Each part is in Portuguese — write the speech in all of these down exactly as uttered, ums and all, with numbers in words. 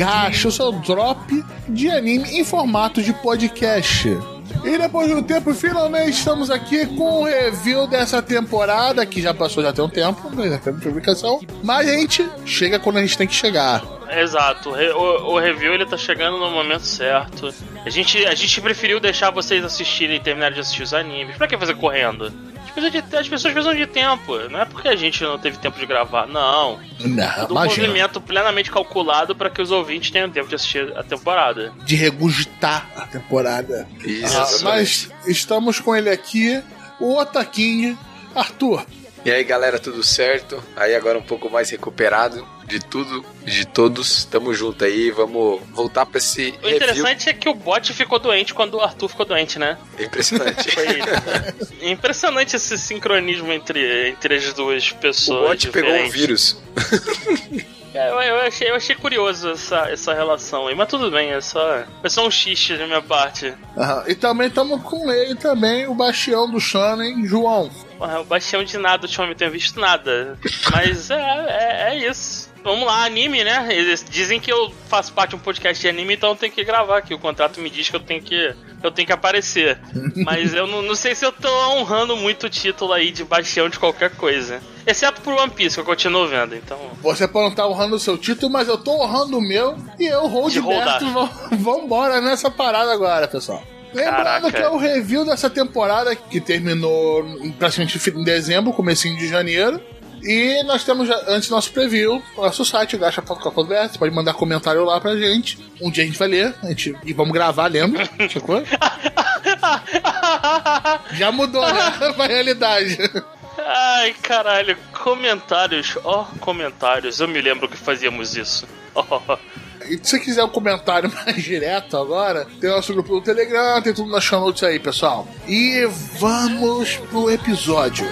Gacha, o seu drop de anime em formato de podcast. E depois de um tempo, finalmente estamos aqui com o review dessa temporada, que já passou já tem um tempo, já tem publicação, mas a gente chega quando a gente tem que chegar. Exato, o, o review ele tá chegando no momento certo. A gente, a gente preferiu deixar vocês assistirem e terminarem de assistir os animes. Pra que fazer correndo? De, as pessoas precisam de tempo. Não é porque a gente não teve tempo de gravar, não. Não, um movimento plenamente calculado para que os ouvintes tenham tempo de assistir a temporada. De regurgitar a temporada. Isso. Ah, mas estamos com ele aqui, o Otaking, Arthur. E aí, galera, tudo certo? Aí agora um pouco mais recuperado de tudo, de todos. Tamo junto aí, vamos voltar pra esse O review. interessante é que o bot ficou doente quando o Arthur ficou doente, né? É impressionante. Foi impressionante esse sincronismo entre, entre as duas pessoas. O bot diferentes. pegou um vírus. É, eu, eu, achei, eu achei curioso essa, essa relação aí, mas tudo bem, é só, é só um xixi da minha parte. Uhum. E também estamos com ele também, o bastião do Shonen, João. Porra, o bastião de nada, ultimamente não tenho visto nada. Mas é, é, é isso. Vamos lá, anime, né? Eles dizem que eu faço parte de um podcast de anime, então eu tenho que gravar aqui. O contrato me diz que eu tenho que, eu tenho que aparecer. Mas eu não, não sei se eu tô honrando muito o título aí de bastião de qualquer coisa. Exceto por One Piece, que eu continuo vendo, então... Você pode não estar honrando o seu título, mas eu tô honrando o meu. E eu, Roldberto, vambora nessa parada agora, pessoal. Lembrando Caraca. que é o review dessa temporada, que terminou praticamente em dezembro, comecinho de janeiro. E nós temos, antes do nosso preview, o nosso site, gacha ponto com ponto b r. Você pode mandar comentário lá pra gente. Um dia a gente vai ler a gente, e vamos gravar lendo. Sacou? Já mudou, né? Pra realidade. Ai, caralho, comentários, ó, oh, comentários. Eu me lembro que fazíamos isso. Oh. E se você quiser um comentário mais direto agora, tem o nosso grupo do Telegram, tem tudo nas show notes aí, pessoal. E vamos pro episódio.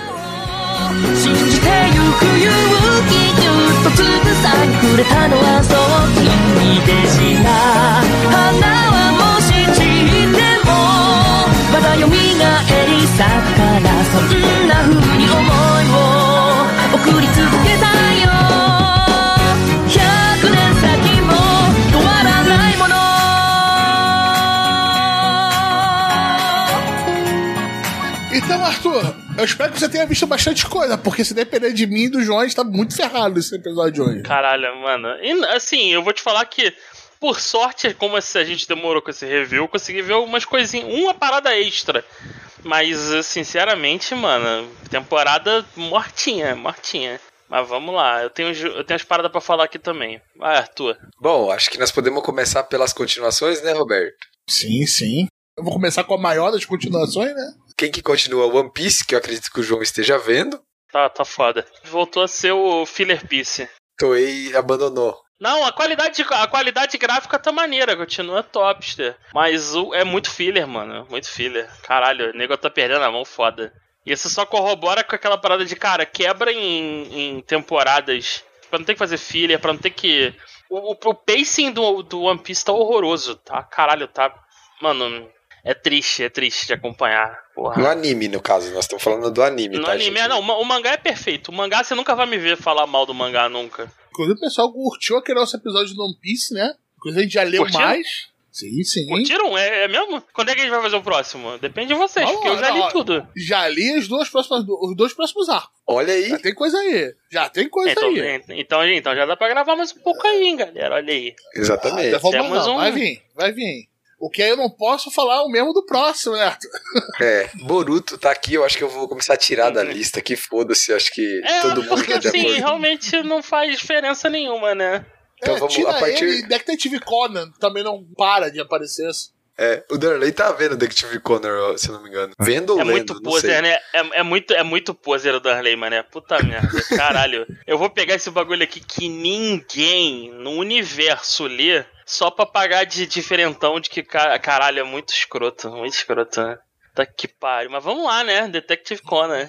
Então, Arthur, eu espero que você tenha visto bastante coisa, porque se depender de mim e do João, a gente tá muito ferrado nesse episódio de hoje. Caralho, mano. E, assim, eu vou te falar que, por sorte, como a gente demorou com esse review, eu consegui ver algumas coisinhas, uma parada extra. Mas, sinceramente, mano, temporada mortinha, mortinha. Mas vamos lá, eu tenho, eu tenho as paradas pra falar aqui também. Vai, Arthur. Bom, acho que nós podemos começar pelas continuações, né, Roberto? Sim, sim. Eu vou começar com a maior das continuações, né? Quem que continua? One Piece, que eu acredito que o João esteja vendo. Tá, tá foda. Voltou a ser o Filler Piece. Toei abandonou. Não, a qualidade, a qualidade gráfica tá maneira, continua topster. Mas o, é muito filler, mano. Muito filler. Caralho, o nego tá perdendo a mão foda. E isso só corrobora com aquela parada de, cara, quebra em, em temporadas. Pra não ter que fazer filler, pra não ter que... O, o, o pacing do, do One Piece tá horroroso, tá? Caralho, tá... Mano... É triste, é triste de acompanhar. Porra. No anime, no caso, nós estamos falando do anime, no tá, anime, gente? É, não, o mangá é perfeito. O mangá você nunca vai me ver falar mal do mangá, nunca. Inclusive o pessoal curtiu aquele nosso episódio do One Piece, né? Inclusive a gente já leu Curtiram? mais. Sim, sim. Curtiram? É, é mesmo? Quando é que a gente vai fazer o próximo? Depende de vocês, Vamos porque lá, eu já li não, tudo. Já li as duas próximas, os dois próximos arcos. Olha aí. Já tem coisa aí. Já tem coisa Então, aí. então, então já dá pra gravar mais um pouco aí, hein, galera. Olha aí. Exatamente. Ah, vamos Temos não. um- Vai vir, vai vir. O que aí eu não posso falar o mesmo do próximo, né? É, Boruto tá aqui, eu acho que eu vou começar a tirar da lista aqui, foda-se, acho que É, todo mundo porque tá de assim, acordo. realmente não faz diferença nenhuma, né? Então é, vamos, tira a partir- ele, Detective Conan também não para de aparecer. É, o Darley tá vendo Detective Conan, se eu não me engano. Vendo ou É lendo, muito não poser, sei. né? É, é, muito, é muito poser o Darley, mané. Puta merda, caralho. Eu vou pegar esse bagulho aqui que ninguém no universo lê só pra pagar de diferentão de que, ca- caralho, é muito escroto. Muito escroto, né? Tá que pariu. Mas vamos lá, né? Detective Conan.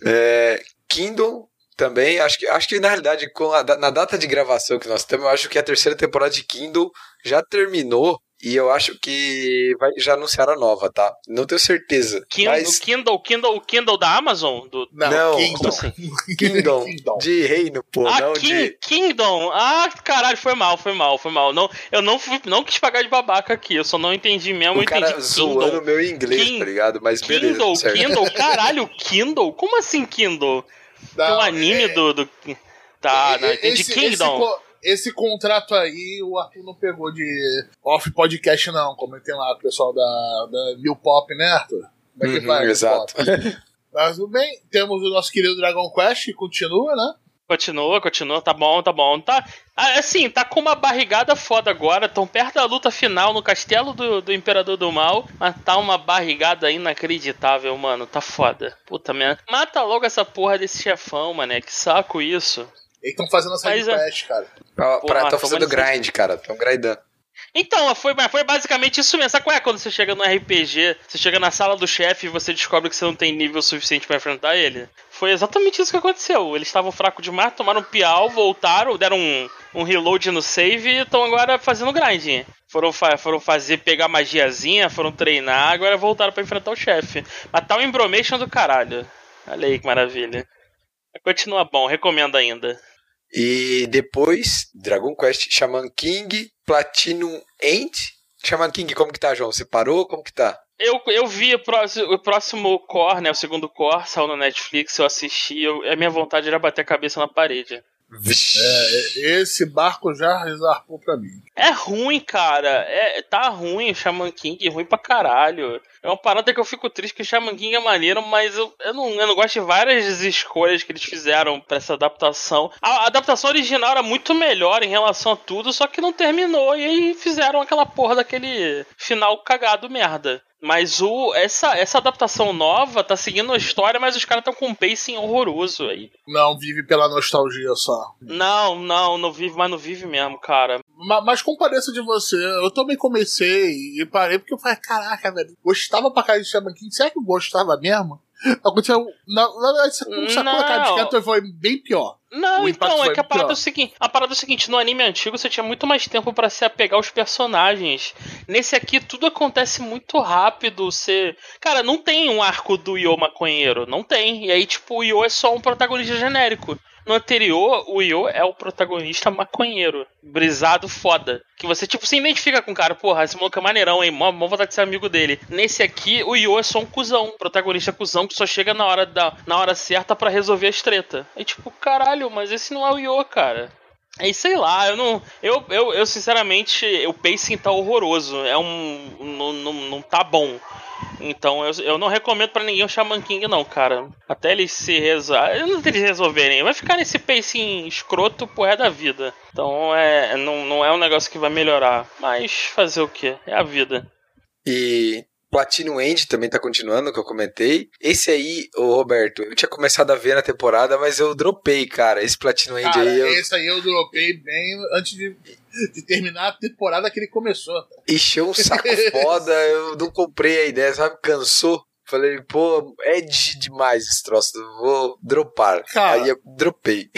É, Kingdom também, acho que, acho que na realidade, com a da- na data de gravação que nós temos, eu acho que a terceira temporada de Kingdom já terminou. E eu acho que vai, já anunciaram a nova, tá? Não tenho certeza. Kindle, mas... O Kindle, o Kindle, o Kindle da Amazon? Do... Não, não Kingdom. Como assim? Kingdom, de reino, pô, ah, não King, de... Kingdom. Ah, caralho, foi mal, foi mal, foi mal. Não, eu não, fui, não quis pagar de babaca aqui, eu só não entendi mesmo. O eu cara entendi zoando meu inglês, King... tá ligado? Mas beleza, Kindle, certo. Kindle, caralho, Kindle? Como assim Kindle? Não, Tem um anime é... do, do... Tá, não, entendi. Esse, Kingdom. Esse, esse contrato aí, o Arthur não pegou de off podcast, não. Como tem lá o pessoal da, da New Pop, né, Arthur? Como é que Uhum, vai? exato. Mas tudo bem, temos o nosso querido Dragon Quest, que continua, né? Continua, continua, tá bom, tá bom. Tá, assim, tá com uma barrigada foda agora. Tão perto da luta final no castelo do, do Imperador do Mal. Mas tá uma barrigada inacreditável, mano. Tá foda. Puta merda. Mata logo essa porra desse chefão, mané. Que saco isso. Eles estão fazendo essa Mas, quest, cara. Pra, Porra, pra, tô fazendo tomando grind, cara. Tão grindando. Então, foi, foi basicamente isso mesmo. Sabe qual é quando você chega no R P G, você chega na sala do chefe e você descobre que você não tem nível suficiente pra enfrentar ele? Foi exatamente isso que aconteceu. Eles estavam fracos demais, tomaram um piau, voltaram, deram um, um reload no save e estão agora fazendo grind. Foram, fa foram fazer, pegar magiazinha, foram treinar, agora voltaram pra enfrentar o chefe. Mas tá um embromation do caralho. Olha aí que maravilha. Continua bom, recomendo ainda. E depois, Dragon Quest, Shaman King, Platinum End. Shaman King, como que tá, João? Você parou? Como que tá? Eu, eu vi o próximo, o próximo core, né? O segundo core, saiu no Netflix, eu assisti. Eu, a minha vontade era bater a cabeça na parede. É, esse barco já resarpou pra mim. É ruim, cara. É, tá ruim o Shaman King, ruim pra caralho. É uma parada que eu fico triste que o Shaman King é maneiro, mas eu, eu, não, eu não gosto de várias escolhas que eles fizeram pra essa adaptação. A, a adaptação original era muito melhor em relação a tudo, só que não terminou e aí fizeram aquela porra daquele final cagado merda. Mas o, essa, essa adaptação nova tá seguindo a história, mas os caras estão com um pacing horroroso aí. Não, vive pela nostalgia só. Não, não, não vive, mas não vive mesmo, cara. Mas, mas compareço de você, eu também comecei e parei porque eu falei, caraca, velho, gostava pra caralho de Shaman King, será que eu gostava mesmo? Aconteceu, na verdade, Sakura Card Captor foi bem pior. Não, então, é que a parada pior. é o seguinte, a parada é o seguinte, no anime antigo você tinha muito mais tempo pra se apegar aos personagens. Nesse aqui tudo acontece muito rápido, você... Cara, não tem um arco do Io maconheiro, não tem. E aí, tipo, o Io é só um protagonista genérico. No anterior, o Io é o protagonista maconheiro, brisado foda. Que você, tipo, se identifica com o cara, porra, esse maluco é maneirão, hein, mó, mó vontade de ser amigo dele. Nesse aqui, o Io é só um cuzão, protagonista cuzão, que só chega na hora, da, na hora certa pra resolver as treta. É tipo, caralho, mas esse não é o Io, cara. Aí, sei lá, eu não... Eu, eu, eu sinceramente, o pacing tá horroroso. É um... Não, não, não tá bom. Então, eu, eu não recomendo pra ninguém o Shaman King, não, cara. Até eles se resolverem... Não eles resolverem. Vai ficar nesse pacing escroto pro resto da vida. Então, é, não, não é um negócio que vai melhorar. Mas, fazer o quê? É a vida. E... Platinum End também tá continuando, que eu comentei. Esse aí, ô Roberto, eu tinha começado a ver na temporada, mas eu dropei, cara. Esse Platinum End cara, aí... Eu... Esse aí eu dropei bem antes de, de terminar a temporada que ele começou. Encheu um saco foda, eu não comprei a ideia, sabe? Cansou. Falei, pô, é de demais esse troço, vou dropar. Cara, aí eu dropei.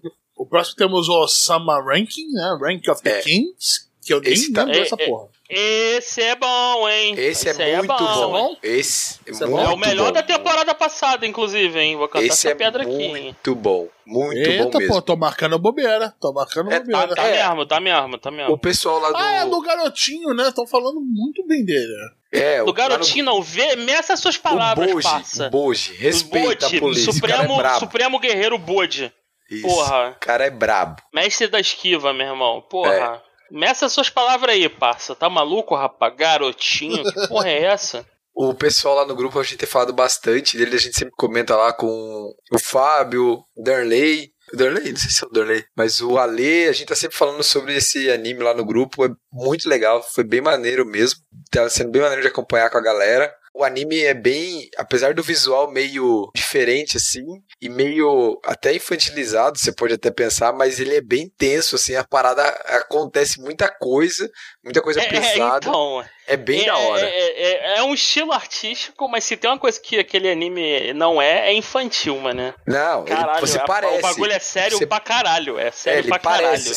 O próximo temos o Summer Ranking, né? Rank of the É. Kings, que eu nem Esse tá- lembro é, dessa é, porra. Esse é bom, hein? Esse, Esse é aí muito é bom. bom. Esse é Esse é muito bom. É o melhor bom. da temporada passada, inclusive, hein? Vou cantar Esse essa é pedra aqui, hein? muito bom. Muito Eita, bom mesmo. pô, tô marcando bobeira. Tô marcando É, bobeira. Tá, tá É. mesmo, tá mesmo, tá mesmo. O pessoal lá do... Ah, é do garotinho, né? Estão falando muito bem dele. É, Do o- lá garotinho, não, vê, meça suas no... palavras, O Boji, parça. o Boji, O respeita Bode, a polícia, o cara é Supremo, brabo. Supremo Guerreiro Bode. Isso, porra. o cara é brabo. Mestre da esquiva, meu irmão. Porra. É. Meça suas palavras aí, parça. Tá maluco, rapaz? Garotinho, que porra é essa? O pessoal lá no grupo, a gente tem falado bastante dele, a gente sempre comenta lá com o Fábio, o Darley. O Darley? Não sei se é o Darley. Mas o Ale, a gente tá sempre falando sobre esse anime lá no grupo. É muito legal, foi bem maneiro mesmo. Tá sendo bem maneiro de acompanhar com a galera. O anime é bem, apesar do visual meio diferente, assim, e meio até infantilizado, você pode até pensar, mas ele é bem tenso, assim, a parada acontece muita coisa, muita coisa É, pesada. então, É bem é, da hora. É, é, é um estilo artístico, mas se tem uma coisa que aquele anime não é, é infantil, mano. Não, Caralho, ele, você a- parece. o bagulho é sério você, pra caralho. É é, sério ele pra parece, caralho. assim.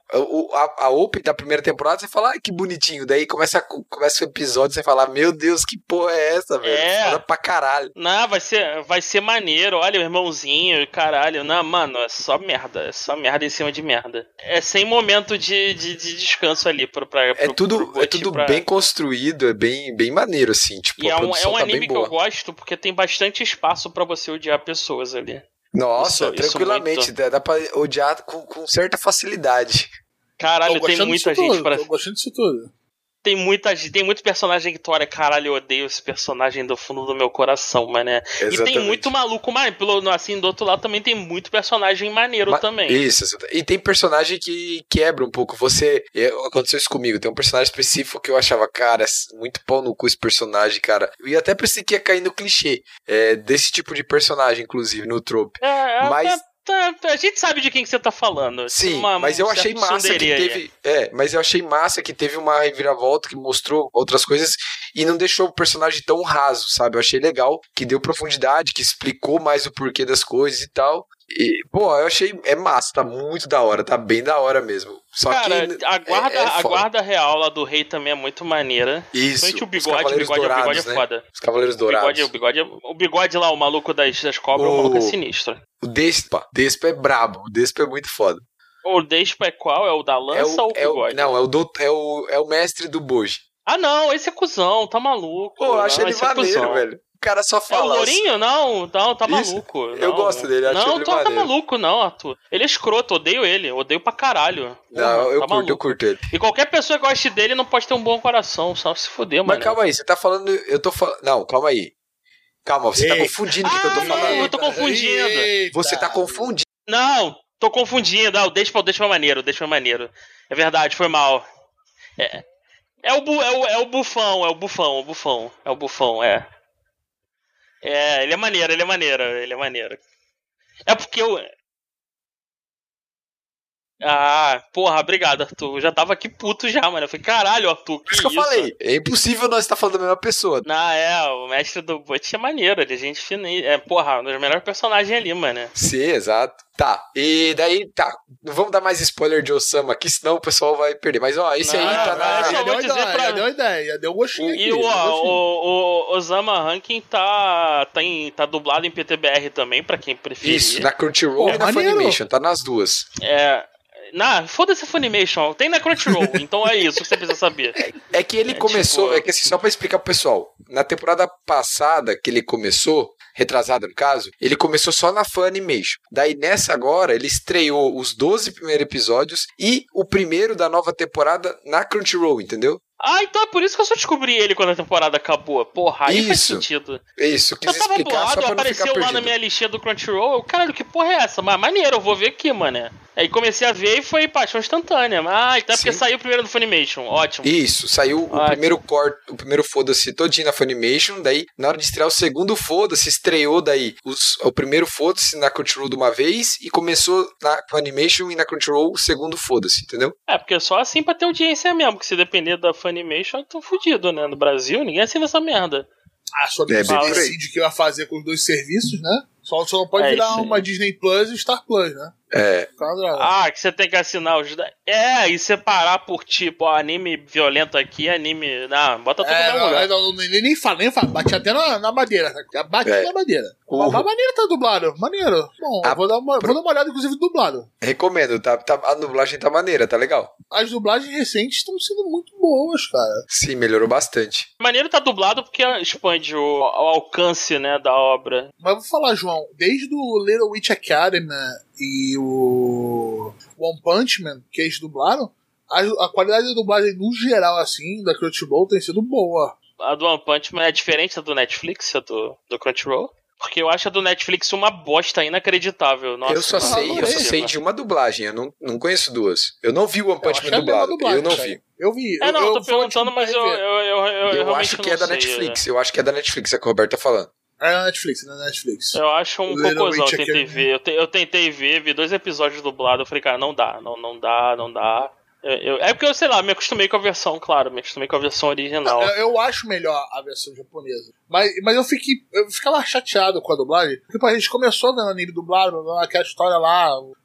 O, a, a open da primeira temporada, você fala, ai, que bonitinho. Daí começa, começa o episódio, você fala, meu Deus, que porra é essa, velho? É. Foda pra caralho. Não, vai ser, vai ser maneiro. Olha o irmãozinho, caralho. Não, mano, é só merda. É só merda em cima de merda. É sem momento de, de, de descanso ali pro, pra, É pro, tudo, pro é tudo pra... bem construído, é bem, bem maneiro, assim. Tipo, E a é um, é produção um tá anime bem que boa. eu gosto porque tem bastante espaço pra você odiar pessoas ali. Nossa, Isso- isso tranquilamente. muito. Dá, dá pra odiar com, com certa facilidade. Caralho, Tô tem gostando muita disso gente tudo, pra... Tô gostando disso tudo. Tem muita gente, tem muito personagem que tu olha, caralho, eu odeio esse personagem do fundo do meu coração, mané. E tem Exatamente. muito maluco, mas pelo, assim, do outro lado também tem muito personagem maneiro Ma- também. Isso, exata- e tem personagem que quebra um pouco. Você. é, Aconteceu isso comigo. Tem um personagem específico que eu achava, cara, muito pau no cu esse personagem, cara. E até pensei que ia cair no clichê é, desse tipo de personagem, inclusive, no trope. É, Mas- é, tá- a gente sabe de quem que você tá falando. Sim, Tem uma- mas eu um achei certo massa que tsundere aí. teve. É, mas eu achei massa que teve uma reviravolta que mostrou outras coisas e não deixou o personagem tão raso, sabe? Eu achei legal, que deu profundidade, que explicou mais o porquê das coisas e tal. E, pô, eu achei. É massa, tá muito da hora, tá bem da hora mesmo. Só Cara, que. a guarda, é, é a foda. guarda real lá do rei também é muito maneira. Isso. Principalmente o os bigode, o Cavaleiros bigode, o bigode Dourados, é né? foda. Os Cavaleiros O Dourados. bigode, o, bigode, é- o bigode lá, o maluco das, das cobras, o O- maluco é sinistro. O Despa. Despa é brabo. O Despa é muito foda. O Despa é qual? É o da lança é o, ou o é o, bigode? não, é o, do, é, o, é o mestre do Boji. Ah, não, esse é cuzão, tá maluco. Pô, eu acho não, ele esse é maneiro, cuzão. velho. O cara só É o fala. Lourinho? Não, não, tá Isso. maluco. Eu não. gosto dele, acho Não, ele tu tá maneiro. maluco, não, Arthur. Ele é escroto, odeio ele, odeio pra caralho. Não, Porra, eu tá curto, maluco. eu curto ele. E qualquer pessoa que goste dele não pode ter um bom coração, só se fuder, Mas mano. calma aí, você tá falando. Eu tô falando. Não, calma aí. Calma, você tá Ei. confundindo o que, que eu tô Ah, falando. eu tô confundindo. Eita. Você tá confundindo. Não, tô confundindo. Ah, deixa pra, deixa pra maneiro, deixa pra maneiro. É verdade, foi mal. É, é, o, bu, é, o, é o bufão, é o bufão, o bufão. É o bufão, é. É, ele é maneiro, ele é maneiro, ele é maneiro. É porque eu... Ah, porra, obrigado, Arthur. Eu já tava aqui puto já, mano. Eu falei, caralho, Arthur, que Por isso que eu falei. É impossível nós estar falando da mesma pessoa. Não, é, o mestre do Butch é maneiro, ele é gente fina. É, porra, um dos melhores personagens ali, mano. Sim, exato. Tá. E daí, tá. Não vamos dar mais spoiler de Osama aqui, senão o pessoal vai perder. Mas, ó, esse Não, aí tá mas na. eu só Já vou deu, dizer ideia, pra- já deu ideia, já deu gostinho aqui. E o, deu ó, gostinho. o, o Osama Rankin tá, tá, em, tá dublado em P T B R também, pra quem preferir. Isso, na Crunchyroll Pô, e na maneiro. Funimation, tá nas duas. É. Não, foda-se a Funimation, tem na Crunchyroll, então é isso que você precisa saber. É que ele É, começou, tipo- é que assim, só pra explicar pro pessoal, na temporada passada que ele começou, retrasada no caso, ele começou só na Funimation. Daí nessa agora, ele estreou os doze primeiros episódios e o primeiro da nova temporada na Crunchyroll, entendeu? Ah, então é por isso que eu só descobri ele quando a temporada acabou. Porra, aí faz Isso. sentido. É isso, quis Eu tava explicar só bolado, pra não ficar apareceu lá perdido. na minha listinha do Crunchyroll. Eu, caralho, que porra é essa? Mas maneiro, eu vou ver aqui, mano. Aí comecei a ver e foi paixão instantânea. Ah, então é porque Sim. saiu primeiro do Funimation. Ótimo. Isso, saiu o Ah, primeiro corte, o primeiro foda-se todinho na Funimation, daí na hora de estrear o segundo foda-se, estreou daí os, o primeiro foda-se na Crunchyroll de uma vez e começou na Funimation e na Crunchyroll o segundo foda-se, entendeu? É, porque só assim pra ter audiência mesmo. Porque se depender da Funimation, eu tô fudido, né? No Brasil, ninguém assina essa merda. Ah, só É, bem você por aí. decide o que vai fazer com os dois serviços, né? Só, só não pode É virar isso aí. uma Disney Plus e Star Plus, né? É, Cada- Ah, que você tem que assinar os. da- É, e separar por tipo, ó, anime violento aqui, anime. Não, bota tudo É, no mesmo não, lugar. não, não, nem, nem fala, nem fala. Bate até na, na madeira. Já bate É. na madeira. O- Mas maneiro tá dublado. Maneiro. Bom, A- eu vou dar, uma, vou dar uma olhada, inclusive, dublado. recomendo, tá, tá, a dublagem tá maneira, tá legal. As dublagens recentes estão sendo muito boas, cara. Sim, melhorou bastante. Maneiro tá dublado porque expande o, o alcance, né, da obra. Mas vou falar, João, desde o Little Witch Academy e o One Punch Man, que eles dublaram, a, a qualidade da dublagem no geral, assim, da Crunchyroll tem sido boa. A do One Punch Man é diferente da do Netflix, a do, do Crunchyroll. Porque eu acho a do Netflix uma bosta inacreditável. Nossa, eu só não, sei, não eu só consigo. sei de uma dublagem, eu não, não conheço duas. Eu não vi o One Eu Punch acho Man que é a mesma dublado, dublagem, eu não cara. vi. Eu vi. É, não, eu, eu tô eu fui perguntando, ótimo mas pra eu, eu, rever. eu, eu, eu Eu realmente acho que não é da sei, Netflix, eu acho que é da Netflix, é que o Roberto tá falando. É na Netflix, é na Netflix. Eu acho um Little cocôzão, eu Witch tentei Academy. ver. Eu, te- eu tentei ver, vi dois episódios dublados, eu falei, cara, não dá, não, não dá, não dá. Eu- eu- é porque eu, sei lá, me acostumei com a versão, claro, me acostumei com a versão original. Eu, eu acho melhor a versão japonesa. Mas, mas eu, fiquei, eu ficava chateado com a dublagem. Porque pô, a gente começou vendo anime dublado, vendo aquela história lá, o,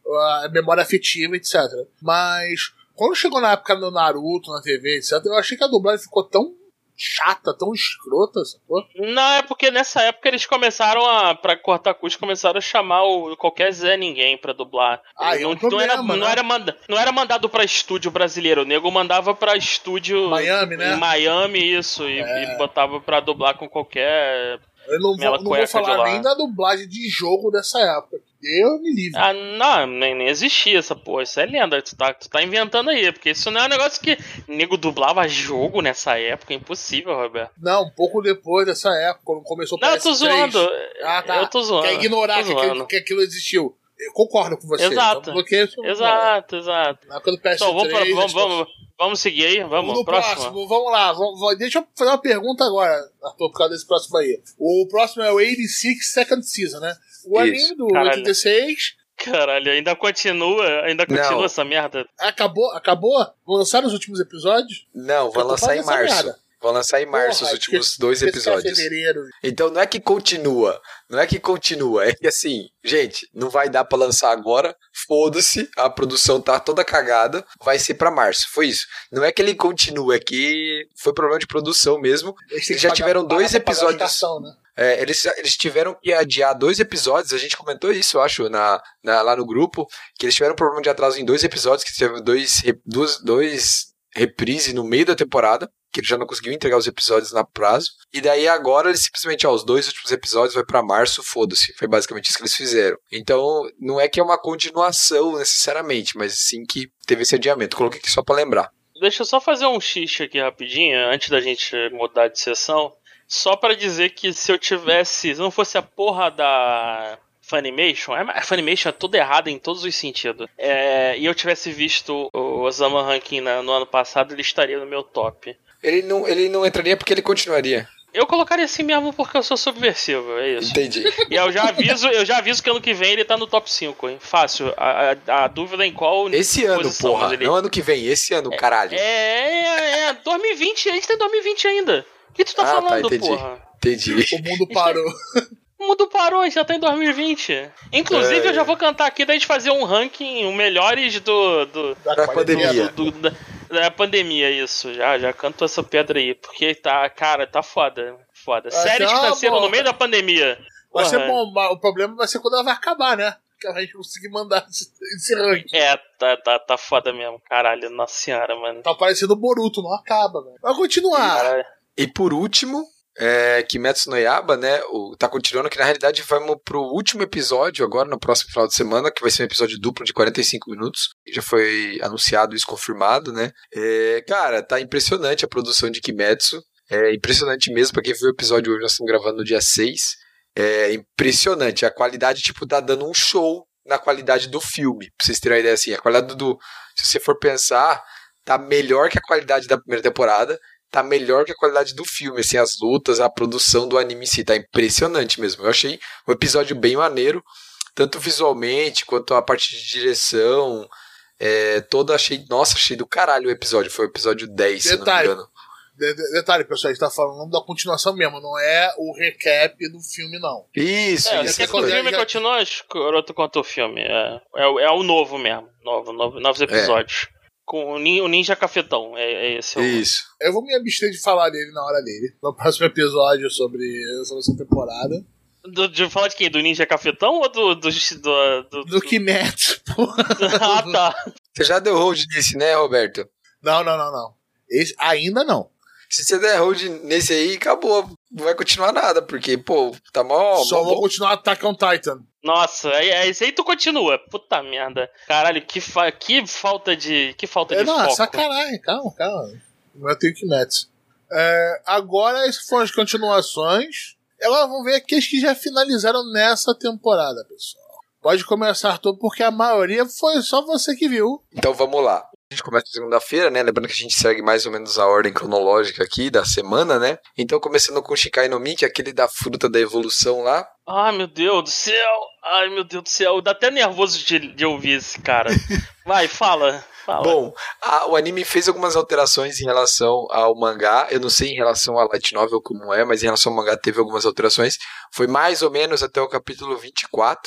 a memória afetiva, etcétera. Mas quando chegou na época do Naruto, na T V, etcétera, eu achei que a dublagem ficou tão chata, tão escrota, sacou? Não, é porque nessa época eles começaram a, pra cortar custo, começaram a chamar o, qualquer Zé Ninguém pra dublar. Ah, não, é um problema, não, era, né? não, era manda, não era mandado pra estúdio brasileiro, o nego mandava pra estúdio Miami, né? em Miami, isso, e, É. e botava pra dublar com qualquer... Eu não vou, não vou falar nem da dublagem de jogo dessa época. Eu me livre. Ah, não, nem, nem existia essa porra. Isso é lenda. Tu tá, tu tá inventando aí. Porque isso não é um negócio que nego dublava jogo nessa época. É impossível, Roberto. Não, um pouco depois dessa época, quando começou o Não, P eu S tô três. zoando. Ah, tá. Eu tô zoando. Quer ignorar tô que, zoando. aquilo, que aquilo existiu. Eu concordo com você. Exato. Então, bloqueio isso. Exato, exato. Na época do P S três. Então, vamos, pra, vamos, eles- vamos, vamos seguir aí? Vamos, No próximo. próximo, vamos lá. Vamos, vamos- deixa eu fazer uma pergunta agora, Arthur, por causa desse próximo aí. O próximo é o oitenta e seis Second Season, né? O Isso. anime do Caralho. oitenta e seis Caralho, ainda continua, ainda continua Não. essa merda. acabou, acabou? Vão lançar os últimos episódios? Não, Eu vai tô lançar em fazendo essa março. merda. Vão lançar em março Porra, os últimos esqueci- dois esqueci que era episódios. fevereiro. Então não é que continua, não é que continua, é que assim, gente, não vai dar pra lançar agora, foda-se, a produção tá toda cagada, vai ser pra março, foi isso. Não é que ele continua, é que foi problema de produção mesmo. Eles têm Eles que já pagar- tiveram pagar dois pra pagar episódios. a estação, né? É, eles, eles tiveram que adiar dois episódios, a gente comentou isso, eu acho, na, na- lá no grupo, que eles tiveram problema de atraso em dois episódios, que teve dois, re- duas, dois reprise no meio da temporada, que ele já não conseguiu entregar os episódios na prazo, e daí agora eles simplesmente, ó, os dois últimos episódios vai pra março, foda-se, foi basicamente isso que eles fizeram. Então, não é que é uma continuação necessariamente, mas sim que teve esse adiamento, coloquei aqui só pra lembrar. Deixa eu só fazer um xixi aqui rapidinho, antes da gente mudar de sessão. Só pra dizer que se eu tivesse... Se não fosse a porra da Funimation... A Funimation é toda errada em todos os sentidos. É, e eu tivesse visto o Osama Rankin na- no ano passado, ele estaria no meu top. Ele não, ele não entraria porque ele continuaria. Eu colocaria assim mesmo porque eu sou subversivo, é isso. Entendi. E eu já aviso, eu já aviso que ano que vem ele tá no top cinco, hein? Fácil. A, a, a dúvida é em qual Esse ano, posição, porra, mas ele... não ano que vem, esse ano, caralho. É, é, é, dois mil e vinte, a gente tem dois mil e vinte ainda. O que tu tá Ah, tá, falando, entendi. porra? Entendi. O mundo parou. O mundo parou, a gente já tá em dois mil e vinte. Inclusive, É. eu já vou cantar aqui da gente fazer um ranking, o melhores do... do Da pandemia. do- da, da pandemia, isso. Já, já canto essa pedra aí. Porque tá, cara, tá foda. Foda. Vai Séries ser que uma nasceram boa. no meio da pandemia. Vai ser Porra. bom, mas o problema vai ser quando ela vai acabar, né? Que a gente conseguir mandar esse, esse ranking. É, tá, tá, tá foda mesmo. Caralho, nossa senhora, mano. Tá parecendo o Boruto, não acaba, velho. Vai continuar. Caralho. E por último, é, Kimetsu no Yaiba, né, o, tá continuando que na realidade vamos pro último episódio agora, no próximo final de semana, que vai ser um episódio duplo de quarenta e cinco minutos, já foi anunciado isso, confirmado, né, é, cara, tá impressionante a produção de Kimetsu, é impressionante mesmo, pra quem viu o episódio hoje, nós estamos gravando no dia seis, é impressionante, a qualidade, tipo, tá dando um show na qualidade do filme, pra vocês terem uma ideia, assim, a qualidade do, se você for pensar, tá melhor que a qualidade da primeira temporada, tá melhor que a qualidade do filme, assim, as lutas, a produção do anime em si, tá impressionante mesmo. Eu achei um episódio bem maneiro, tanto visualmente, quanto a parte de direção, é, toda achei, nossa, achei do caralho o episódio, foi o episódio dez, se Detalhe. não me engano. De- de- detalhe, pessoal, a gente tá falando da continuação mesmo, não é o recap do filme, não. Isso, É, isso. você quer que coisa o filme já- continua escroto quanto o filme. É, é, o- é o novo mesmo. Novo, novo, novos episódios. Com o, nin, o Ninja Cafetão. É, é esse o... Isso. Eu vou me abster de falar dele na hora dele. No próximo episódio sobre, sobre essa temporada. Do, de falar de quem? Do Ninja Cafetão ou do. Do, do, do, Do Kimetsu, porra. Ah, tá. Você já deu hold nesse, né, Roberto? Não, não, não, não. Esse, ainda não. Se você der hold nesse aí, acabou. Não vai continuar nada, porque, pô, tá mó... Só mó vou bom. continuar Attack on Titan. Nossa, é, é, esse aí tu continua. Puta merda. Caralho, que, fa que falta de. Que falta É, de não, foco. sacanagem, calma, calma. Não é tem Kimetsu. É, agora, essas foram as continuações. Agora vamos ver aqueles que já finalizaram nessa temporada, pessoal. Pode começar, Arthur, porque a maioria foi só você que viu. Então vamos lá. A gente começa segunda-feira, né? Lembrando que a gente segue mais ou menos a ordem cronológica aqui da semana, né? Então começando com Shikai no Mi, que é aquele da fruta da evolução lá. Ai, meu Deus do céu. Ai, meu Deus do céu. Dá até nervoso de, de ouvir esse cara. Vai, fala. fala. Bom, a- o anime fez algumas alterações em relação ao mangá. Eu não sei em relação à light novel como é, mas em relação ao mangá teve algumas alterações. Foi mais ou menos até o capítulo vinte e quatro.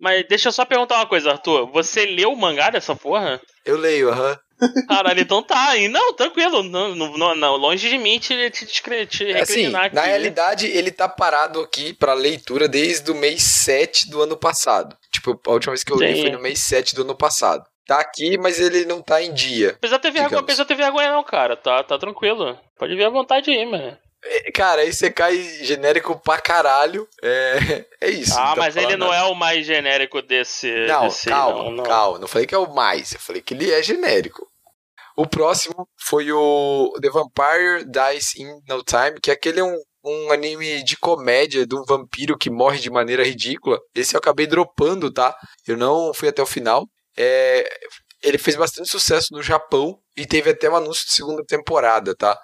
Mas deixa eu só perguntar uma coisa, Arthur. Você leu o mangá dessa porra? Eu leio, aham. Uhum. Caralho, então tá. E não, tranquilo. Não, não, não, longe de mim te, te, te, te assim, aqui. Na realidade, ele tá parado aqui pra leitura desde o mês sete do ano passado. Tipo, a última vez que eu Sim. li foi no mês sete do ano passado. Tá aqui, mas ele não tá em dia. Precisa ter vergonha, precisa ter vergonha não, cara. Tá, tá tranquilo. Pode vir à vontade aí, mano. Cara, aí você cai genérico pra caralho. É, é isso. Ah, não mas ele não nada. é o mais genérico desse. Não, desse, calma, não, não. calma. Não falei que é o mais. Eu falei que ele é genérico. O próximo foi o The Vampire Dies in No Time, que aquele é um, um anime de comédia de um vampiro que morre de maneira ridícula. Esse eu acabei dropando, tá? Eu não fui até o final. É, ele fez bastante sucesso no Japão e teve até um anúncio de segunda temporada, tá?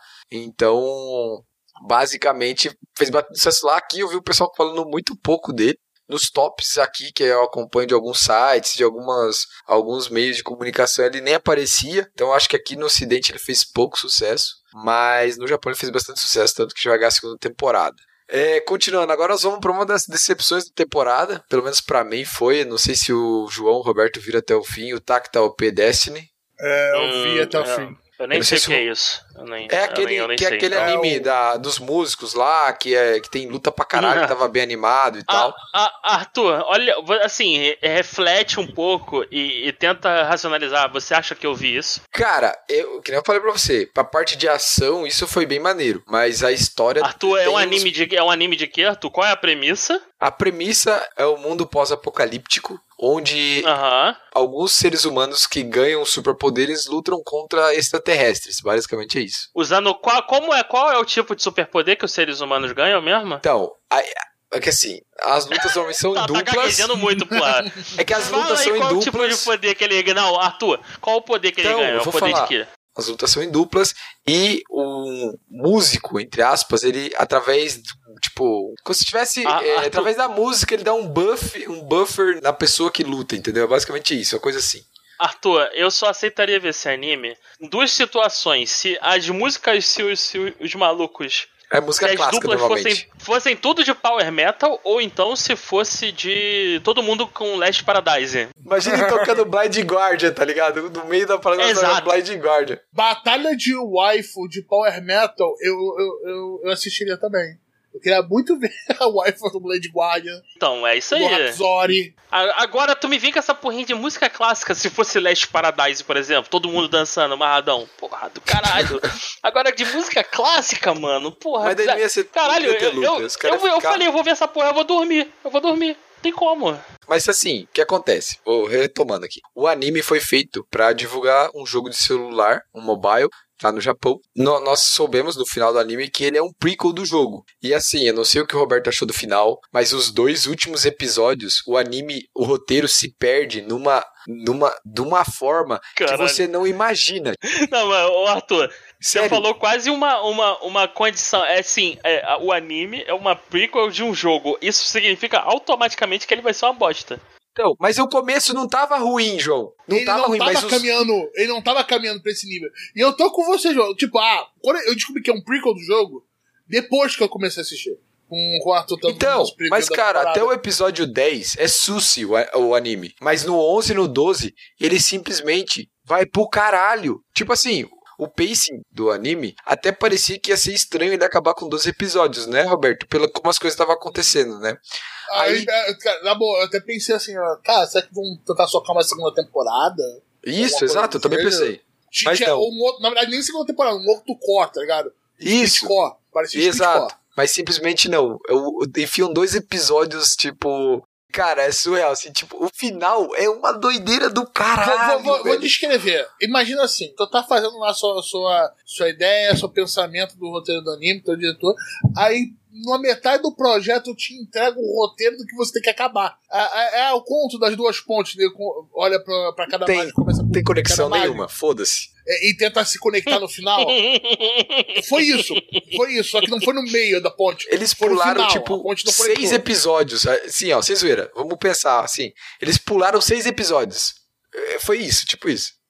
Então, basicamente, fez bastante sucesso lá. Aqui eu vi o pessoal falando muito pouco dele. Nos tops aqui, que eu acompanho de alguns sites, de algumas, alguns meios de comunicação, ele nem aparecia. Então, acho que aqui no Ocidente ele fez pouco sucesso. Mas no Japão ele fez bastante sucesso, tanto que já vai ganhar a segunda temporada. É, continuando, agora nós vamos para uma das decepções da temporada. Pelo menos para mim foi. Não sei se o João o Roberto viram até o fim. O Tactile P Destiny. É, eu vi hum, até o é. fim. Eu nem eu sei o que é isso. Eu nem, é aquele, eu nem, eu nem que é aquele é anime o... da, dos músicos lá, que, é, que tem luta pra caralho, que tava bem animado e ah, tal. Ah, Arthur, olha, assim, reflete um pouco e, e tenta racionalizar. Você acha que eu vi isso? Cara, eu, que nem eu falei pra você, pra parte de ação, isso foi bem maneiro. Mas a história... Arthur, é um, anime de, é um anime de quê, Arthur? Qual é a premissa? A premissa é o mundo pós-apocalíptico, onde uhum. alguns seres humanos que ganham superpoderes lutam contra extraterrestres. Basicamente é isso. Usando qual, como é, qual é o tipo de superpoder que os seres humanos ganham mesmo? Então, a, é que assim, as lutas normalmente são em tá, duplas. Tá gaguejando muito, pô. É que as Fala lutas aí, são em qual duplas. Qual o tipo de poder que ele ganha? Não, Arthur, qual o poder que então, ele ganha? Eu o vou poder falar. de quê? As lutas são em duplas e o músico, entre aspas, ele, através, tipo, como se tivesse, ah, é, Arthur... através da música, ele dá um buff, um buffer na pessoa que luta, entendeu? É basicamente isso, é uma coisa assim. Arthur, eu só aceitaria ver esse anime em duas situações. Se as músicas, se os, se os malucos... É música se clássica, as duplas normalmente. Fossem, fossem tudo de power metal, ou então se fosse de todo mundo com Last Paradise. Imagina ele tocando Blind Guardian, tá ligado? No meio da parada Exato. Blind Guardian. Batalha de waifu de power metal, eu, eu, eu, eu assistiria também. Eu queria muito ver a waifu do Blade Guardian. Então, é isso aí. Do Hatsuri. Agora tu me vem com essa porrinha de música clássica. Se fosse Last Paradise, por exemplo, todo mundo dançando, amarradão. Porra do caralho. Agora de música clássica, mano. Porra. Mas daí não ia ser caralho, eu, eu, eu, eu, ficar... eu falei, eu vou ver essa porra, eu vou dormir. Eu vou dormir. Tem como. Mas assim, o que acontece? Vou retomando aqui. O anime foi feito pra divulgar um jogo de celular, um mobile, lá no Japão. No, nós soubemos no final do anime que ele é um prequel do jogo. E assim, eu não sei o que o Roberto achou do final, mas os dois últimos episódios, o anime, o roteiro se perde numa, numa, de uma forma Caralho. que você não imagina. Não, mas, ô Arthur, Sério? Você falou quase uma, uma, uma condição. É assim, é, o anime é uma prequel de um jogo. Isso significa automaticamente que ele vai ser uma bosta. Então, mas o começo não tava ruim, João. Não ele tava não ruim, tava mas caminhando, os... Ele não tava caminhando pra esse nível. E eu tô com você, João. Tipo, ah, quando eu descobri que é um prequel do jogo, depois que eu comecei a assistir. Com o Arthur também. Então, mas cara, até o episódio dez é suci o, o anime. Mas no onze e no doze, ele simplesmente vai pro caralho. Tipo assim... O pacing do anime até parecia que ia ser estranho ele acabar com doze episódios, né, Roberto? Pelo como as coisas estavam acontecendo, né? Aí, Aí... na boa, eu até pensei assim, ó, cara, será que vão tentar socar uma segunda temporada? Isso, exato, eu também pensei. Tinha, mas não. Um outro, na verdade, nem segunda temporada, um outro core, tá ligado? Isso. Core, parecia exato. Mas simplesmente não. Eu, eu enfiam dois episódios, tipo... Cara, é surreal, assim, tipo, o final é uma doideira do caralho. Vou, vou, vou descrever. Imagina assim, tu tá fazendo lá sua, sua, sua ideia, seu pensamento do roteiro do anime, teu diretor, aí numa metade do projeto eu te entrego o roteiro do que você tem que acabar. É, é o conto das duas pontes, né? Olha pra, pra cada tem, mágica, começa Não tem conexão nenhuma, mágica. Foda-se. E tenta se conectar no final. Foi isso, foi isso, só que não foi no meio da ponte. Eles pularam, final, tipo, seis episódios. Assim, ó, sem zoeira, vamos pensar assim. Eles pularam seis episódios. Foi isso, tipo isso.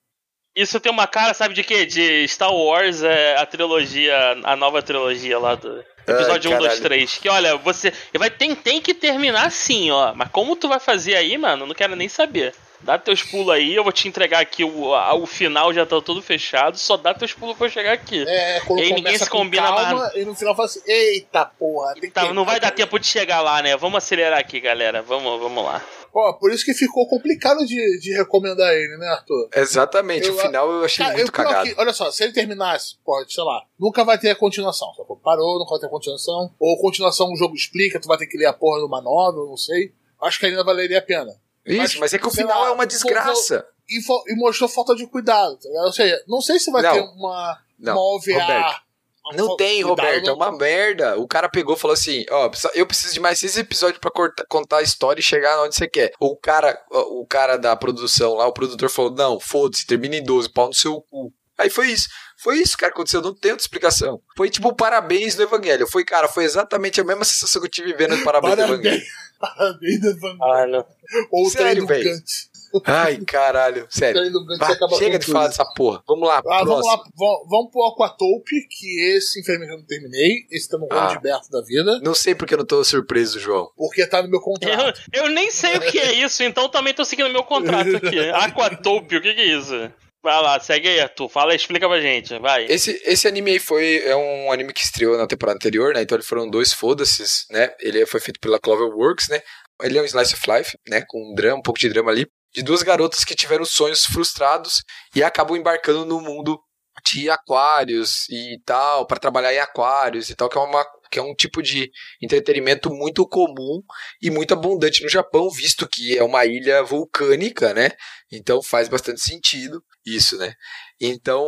Isso tem uma cara, sabe de quê? De Star Wars, é, a trilogia, a nova trilogia lá do episódio Ai, um, dois, três. Que olha, você vai, tem, tem que terminar assim, ó. Mas como tu vai fazer aí, mano? Não quero nem saber. Dá teus pulos aí, eu vou te entregar aqui o, a, o final, já tá tudo fechado. Só dá teus pulos pra eu chegar aqui. É, quando e aí ninguém se combina calma, mais. E no final fala assim: eita porra, tem tá, que não vai dar tempo de chegar lá, né? Vamos acelerar aqui, galera. Vamos, vamos lá. Pô, por isso que ficou complicado de, de recomendar ele, né, Arthur? Exatamente, eu, o final eu achei cara, muito eu, cagado. Que, olha só, se ele terminasse, pode, sei lá, nunca vai ter a continuação. Só parou, nunca vai ter a continuação. Ou continuação, o jogo explica, tu vai ter que ler a porra numa novel, não sei. Acho que ainda valeria a pena. Isso, mas, mas é que o final lá, é uma desgraça. E, e mostrou falta de cuidado, tá ligado? Ou seja, não sei se vai não, ter uma, não, uma O V A. Roberto. Não tem, Roberto, não... é uma merda. O cara pegou e falou assim, ó, eu preciso de mais seis episódios pra cortar, contar a história e chegar onde você quer. O cara, o cara da produção lá, o produtor falou, não, foda-se, termina em doze, pau no seu cu. Aí foi isso. Foi isso, cara, que aconteceu, não tem outra explicação. Foi tipo o Parabéns do Evangelho. Foi, cara, foi exatamente a mesma sensação que eu tive vendo o Parabéns, Parabéns do Evangelho. Parabéns do Evangelho. Ah, não. Ou o Sério, trem do velho. Gantz. Ai, caralho, sério. Ah, chega de falar dessa porra. Vamos lá, ah, vamos lá, próximo. vamos pro Aquatope, que esse, infelizmente, eu não terminei. Esse tá no rolo Ah. de Berto da vida. Não sei porque eu não tô surpreso, João. Porque tá no meu contrato. Eu, eu nem sei o que é isso, então também tô seguindo meu contrato aqui. Aquatope, o que, que é isso? Vai lá, segue aí, Arthur. Fala, explica pra gente, vai. Esse, esse anime aí foi é um anime que estreou na temporada anterior, né? Então ele foram dois foda-se, né? Ele foi feito pela Cloverworks, né? Ele é um slice of life, né? Com um drama, um pouco de drama ali. De duas garotas que tiveram sonhos frustrados e acabam embarcando no mundo de aquários e tal, para trabalhar em aquários e tal, que é, uma, que é um tipo de entretenimento muito comum e muito abundante no Japão, visto que é uma ilha vulcânica, né? Então faz bastante sentido isso, né? Então,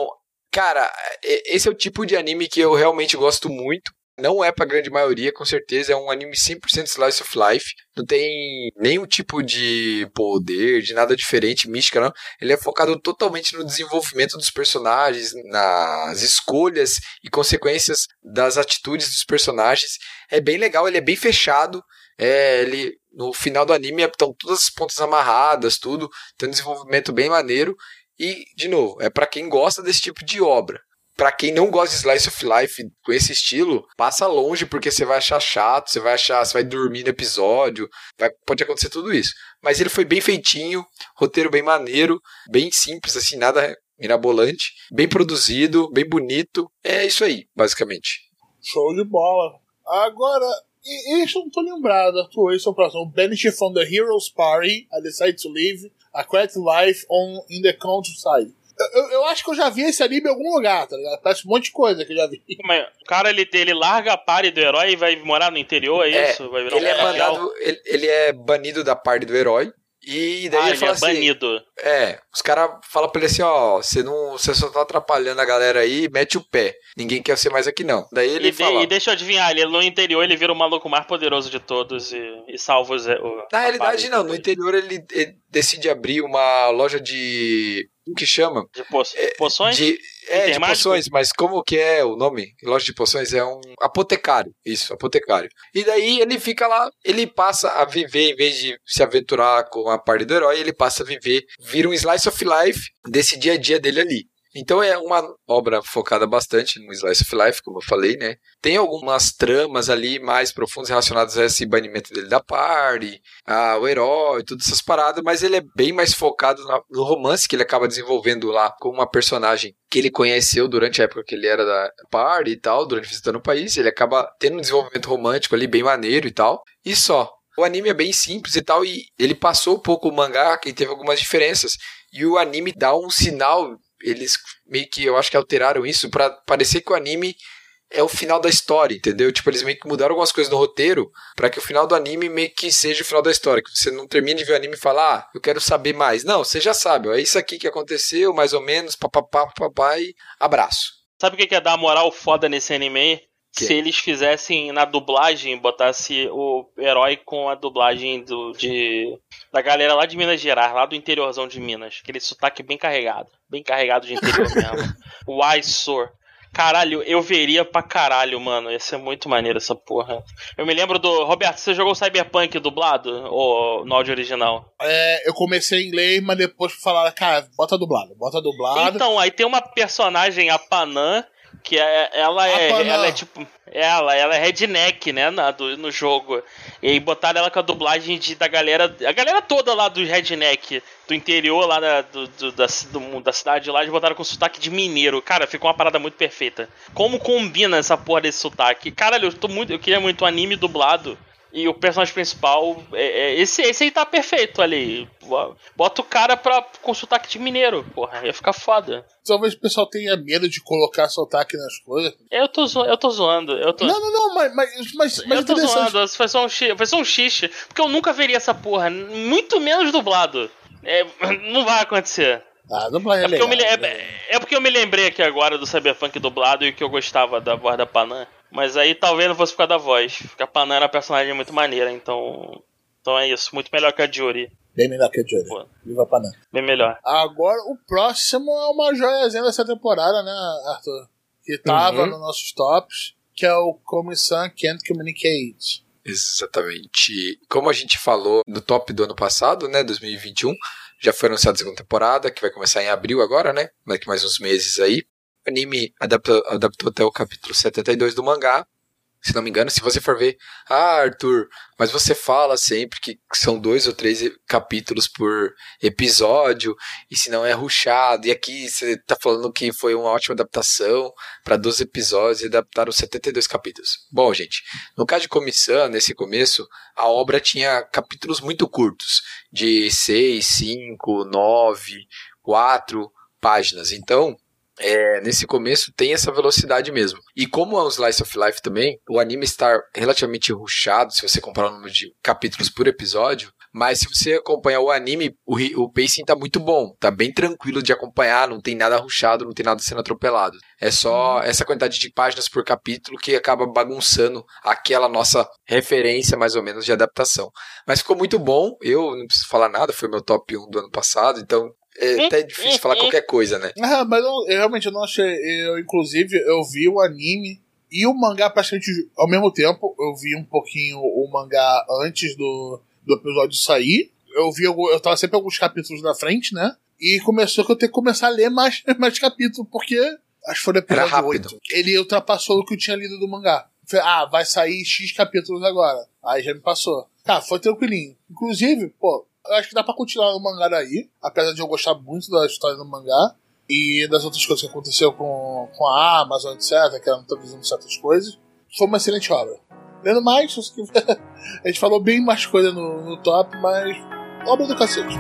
cara, esse é o tipo de anime que eu realmente gosto muito. Não é pra grande maioria, com certeza. É um anime cem por cento slice of life. Não tem nenhum tipo de poder, de nada diferente, mística, não. Ele é focado totalmente no desenvolvimento dos personagens, nas escolhas e consequências das atitudes dos personagens. É bem legal, ele é bem fechado. É, ele, no final do anime estão todas as pontas amarradas, tudo. Tem um desenvolvimento bem maneiro. E, de novo, é pra quem gosta desse tipo de obra. Pra quem não gosta de slice of life com esse estilo, passa longe, porque você vai achar chato, você vai achar, você vai dormir no episódio, vai, pode acontecer tudo isso. Mas ele foi bem feitinho, roteiro bem maneiro, bem simples, assim, nada mirabolante, bem produzido, bem bonito. É isso aí, basicamente. Show de bola. Agora, e, esse eu não tô lembrado, Arthur, esse é o próximo. Benefit from the Hero's Party, I decide to live a quiet life on in the countryside. Eu, eu acho que eu já vi esse anime em algum lugar, tá ligado? Parece um monte de coisa que eu já vi. Mas o cara, ele, ele larga a party do herói e vai morar no interior, é, É, isso? Vai virar ele, um é mandado, ele, ele é banido da party do herói. E daí ah, ele, ele fala é assim, banido. É, os caras falam pra ele assim, ó, você não, você só tá atrapalhando a galera aí, mete o pé. Ninguém quer ser mais aqui não. Daí ele e, fala... De, e deixa eu adivinhar, ele no interior ele vira o maluco mais poderoso de todos e, e salva os... O, Na realidade não, no depois. interior ele, ele decide abrir uma loja de... Como que chama? De po É, poções? De, é, de Intermágico? poções, mas como que é o nome? Loja de poções é um apotecário. Isso, apotecário. E daí ele fica lá, ele passa a viver, em vez de se aventurar com a parte do herói, ele passa a viver, vira um slice of life desse dia a dia dele ali. Então é uma obra focada bastante no slice of life, como eu falei, né? Tem algumas tramas ali mais profundas relacionadas a esse banimento dele da party, ao herói, todas essas paradas, mas ele é bem mais focado no romance que ele acaba desenvolvendo lá com uma personagem que ele conheceu durante a época que ele era da party e tal, durante visitando o país. Ele acaba tendo um desenvolvimento romântico ali bem maneiro e tal, e só. O anime é bem simples e tal, e ele passou um pouco o mangá, que teve algumas diferenças, e o anime dá um sinal... Eles meio que, eu acho que alteraram isso pra parecer que o anime é o final da história, entendeu? Tipo, eles meio que mudaram algumas coisas no roteiro pra que o final do anime meio que seja o final da história. Que você não termine de ver o anime e fala, ah, eu quero saber mais. Não, você já sabe, ó, é isso aqui que aconteceu, mais ou menos, papapá, papapá, e abraço. Sabe o que que é dar moral foda nesse anime aí? Que? Se eles fizessem na dublagem, botasse o herói com a dublagem do, de, da galera lá de Minas Gerais, lá do interiorzão de Minas. Aquele sotaque bem carregado. Bem carregado de interior mesmo. O Aisor. Caralho, eu veria pra caralho, mano. Ia ser muito maneiro essa porra. Eu me lembro do... Roberto, você jogou Cyberpunk dublado? Ou no áudio original? É, eu comecei em inglês, mas depois falaram, cara, bota dublado, bota dublado. Então, aí tem uma personagem, a Panam, que é, ela, é, ela é tipo... Ela, ela é redneck, né, na, do, no jogo. E aí botaram ela com a dublagem de, da galera... A galera toda lá do redneck, do interior lá da, do, do, da, do, da cidade lá, eles botaram com sotaque de mineiro. Cara, ficou uma parada muito perfeita. Como combina essa porra desse sotaque? Caralho, eu, tô muito, eu queria muito um anime dublado. E o personagem principal, é, é, esse, esse aí tá perfeito ali. Bota o cara pra, com sotaque de mineiro, porra, ia ficar foda. Talvez o pessoal tenha medo de colocar sotaque nas coisas. Eu tô, zo- eu tô zoando. Eu tô... Não, não, não, mas, mas, mas, mas eu tô zoando, foi só, um xixi, foi só um xixi. Porque eu nunca veria essa porra, muito menos dublado. É, não vai acontecer. Ah, dublagem é, é, porque eu me, legal, é, né? é porque eu me lembrei aqui agora do Cyberpunk dublado e que eu gostava da voz da Panam. Mas aí talvez não fosse por causa da voz. Porque a Panam era uma personagem muito maneira, então. Então é isso. Muito melhor que a Juri. Bem melhor que a Juri. Pô. Viva a Panam. Bem melhor. Agora, o próximo é uma joiazinha dessa temporada, né, Arthur? Que tava Uhum. nos nossos tops, que é o Komi-san Can't Communicate. Exatamente. Como a gente falou no top do ano passado, né, dois mil e vinte e um, já foi anunciada a segunda temporada, que vai começar em abril agora, né? Daqui mais uns meses aí. O anime adaptou, adaptou até o capítulo setenta e dois do mangá. Se não me engano, se você for ver, ah, Arthur, mas você fala sempre que são dois ou três capítulos por episódio, e se não é rushado, e aqui você tá falando que foi uma ótima adaptação para doze episódios e adaptaram setenta e dois capítulos. Bom, gente, no caso de Komi-san, nesse começo, a obra tinha capítulos muito curtos, de seis, cinco, nove, quatro páginas, então... É, nesse começo tem essa velocidade mesmo. E como é um Slice of Life também, o anime está relativamente rushado, se você comparar o número de capítulos por episódio, mas se você acompanhar o anime, o, o pacing tá muito bom, tá bem tranquilo de acompanhar, não tem nada rushado, não tem nada sendo atropelado. É só essa quantidade de páginas por capítulo que acaba bagunçando aquela nossa referência mais ou menos de adaptação. Mas ficou muito bom, eu não preciso falar nada, foi meu top um do ano passado, então... É até difícil falar qualquer coisa, né? Ah, mas eu, eu realmente eu não achei. Eu, inclusive, eu vi o anime e o mangá praticamente ao mesmo tempo. Eu vi um pouquinho o mangá antes do, do episódio sair. Eu vi, eu tava sempre alguns capítulos na frente, né? E começou que eu tenho que começar a ler mais, mais capítulos, porque acho que foi no episódio oito. Ele ultrapassou o que eu tinha lido do mangá. Falei, ah, vai sair X capítulos agora. Aí já me passou. Tá, foi tranquilinho. Inclusive, pô. Eu acho que dá pra continuar no mangá daí, apesar de eu gostar muito da história do mangá e das outras coisas que aconteceu com, com a Amazon, etcétera, que ela não tá dizendo certas coisas. Foi uma excelente obra. Lendo mais, a gente falou bem mais coisa no, no top, mas obra do cacete.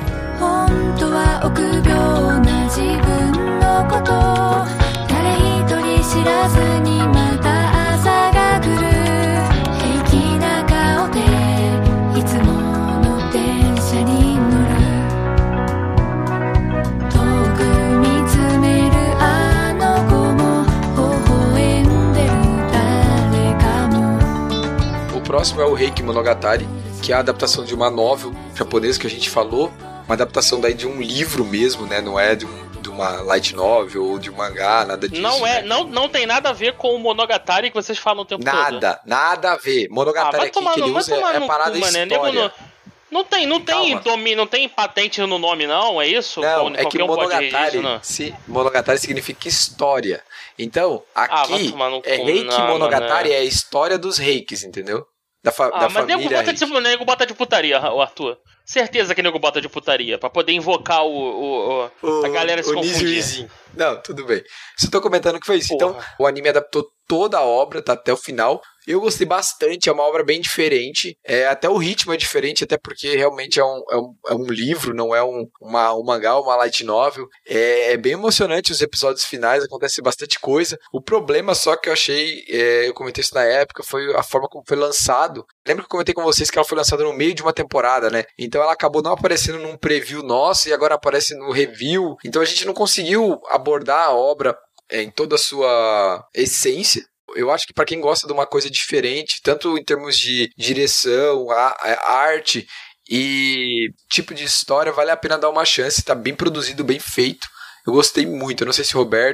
O próximo é o Reiki Monogatari, que é a adaptação de uma novel japonesa que a gente falou, uma adaptação daí de um livro mesmo, né? Não é de, um, de uma light novel ou de um mangá, nada disso. Não é, né? não, não tem nada a ver com o Monogatari que vocês falam o tempo nada, todo. Nada, nada a ver. Monogatari ah, aqui que ele usa é, é parada cu, história. Nego no, não tem, não tem, domi, não tem patente no nome não, é isso? Não, Qual, é que um Monogatari, registro, se, Monogatari significa história. Então, aqui ah, é Reiki não, Monogatari, mano, é a história dos reikis, entendeu? Da, fa ah, da mas família nego bota, Reiki. de, nego bota de putaria, o Arthur. Certeza que nego bota de putaria, pra poder invocar o, o, o a galera se confundir. Não, tudo bem. Só tô comentando que foi isso. Porra. Então, o anime adaptou toda a obra, tá até o final. Eu gostei bastante, é uma obra bem diferente. É, até o ritmo é diferente, até porque realmente é um, é um, é um livro, não é um, uma, um mangá, uma light novel. É, é bem emocionante os episódios finais, acontece bastante coisa. O problema só que eu achei, é, eu comentei isso na época, foi a forma como foi lançado. Lembra que eu comentei com vocês que ela foi lançada no meio de uma temporada, né? Então ela acabou não aparecendo num preview nosso e agora aparece no review. Então a gente não conseguiu abordar a obra é, em toda a sua essência. Eu acho que para quem gosta de uma coisa diferente, tanto em termos de direção, a, a arte e tipo de história, vale a pena dar uma chance. Tá bem produzido, bem feito. Eu gostei muito. Eu não sei se o Roberto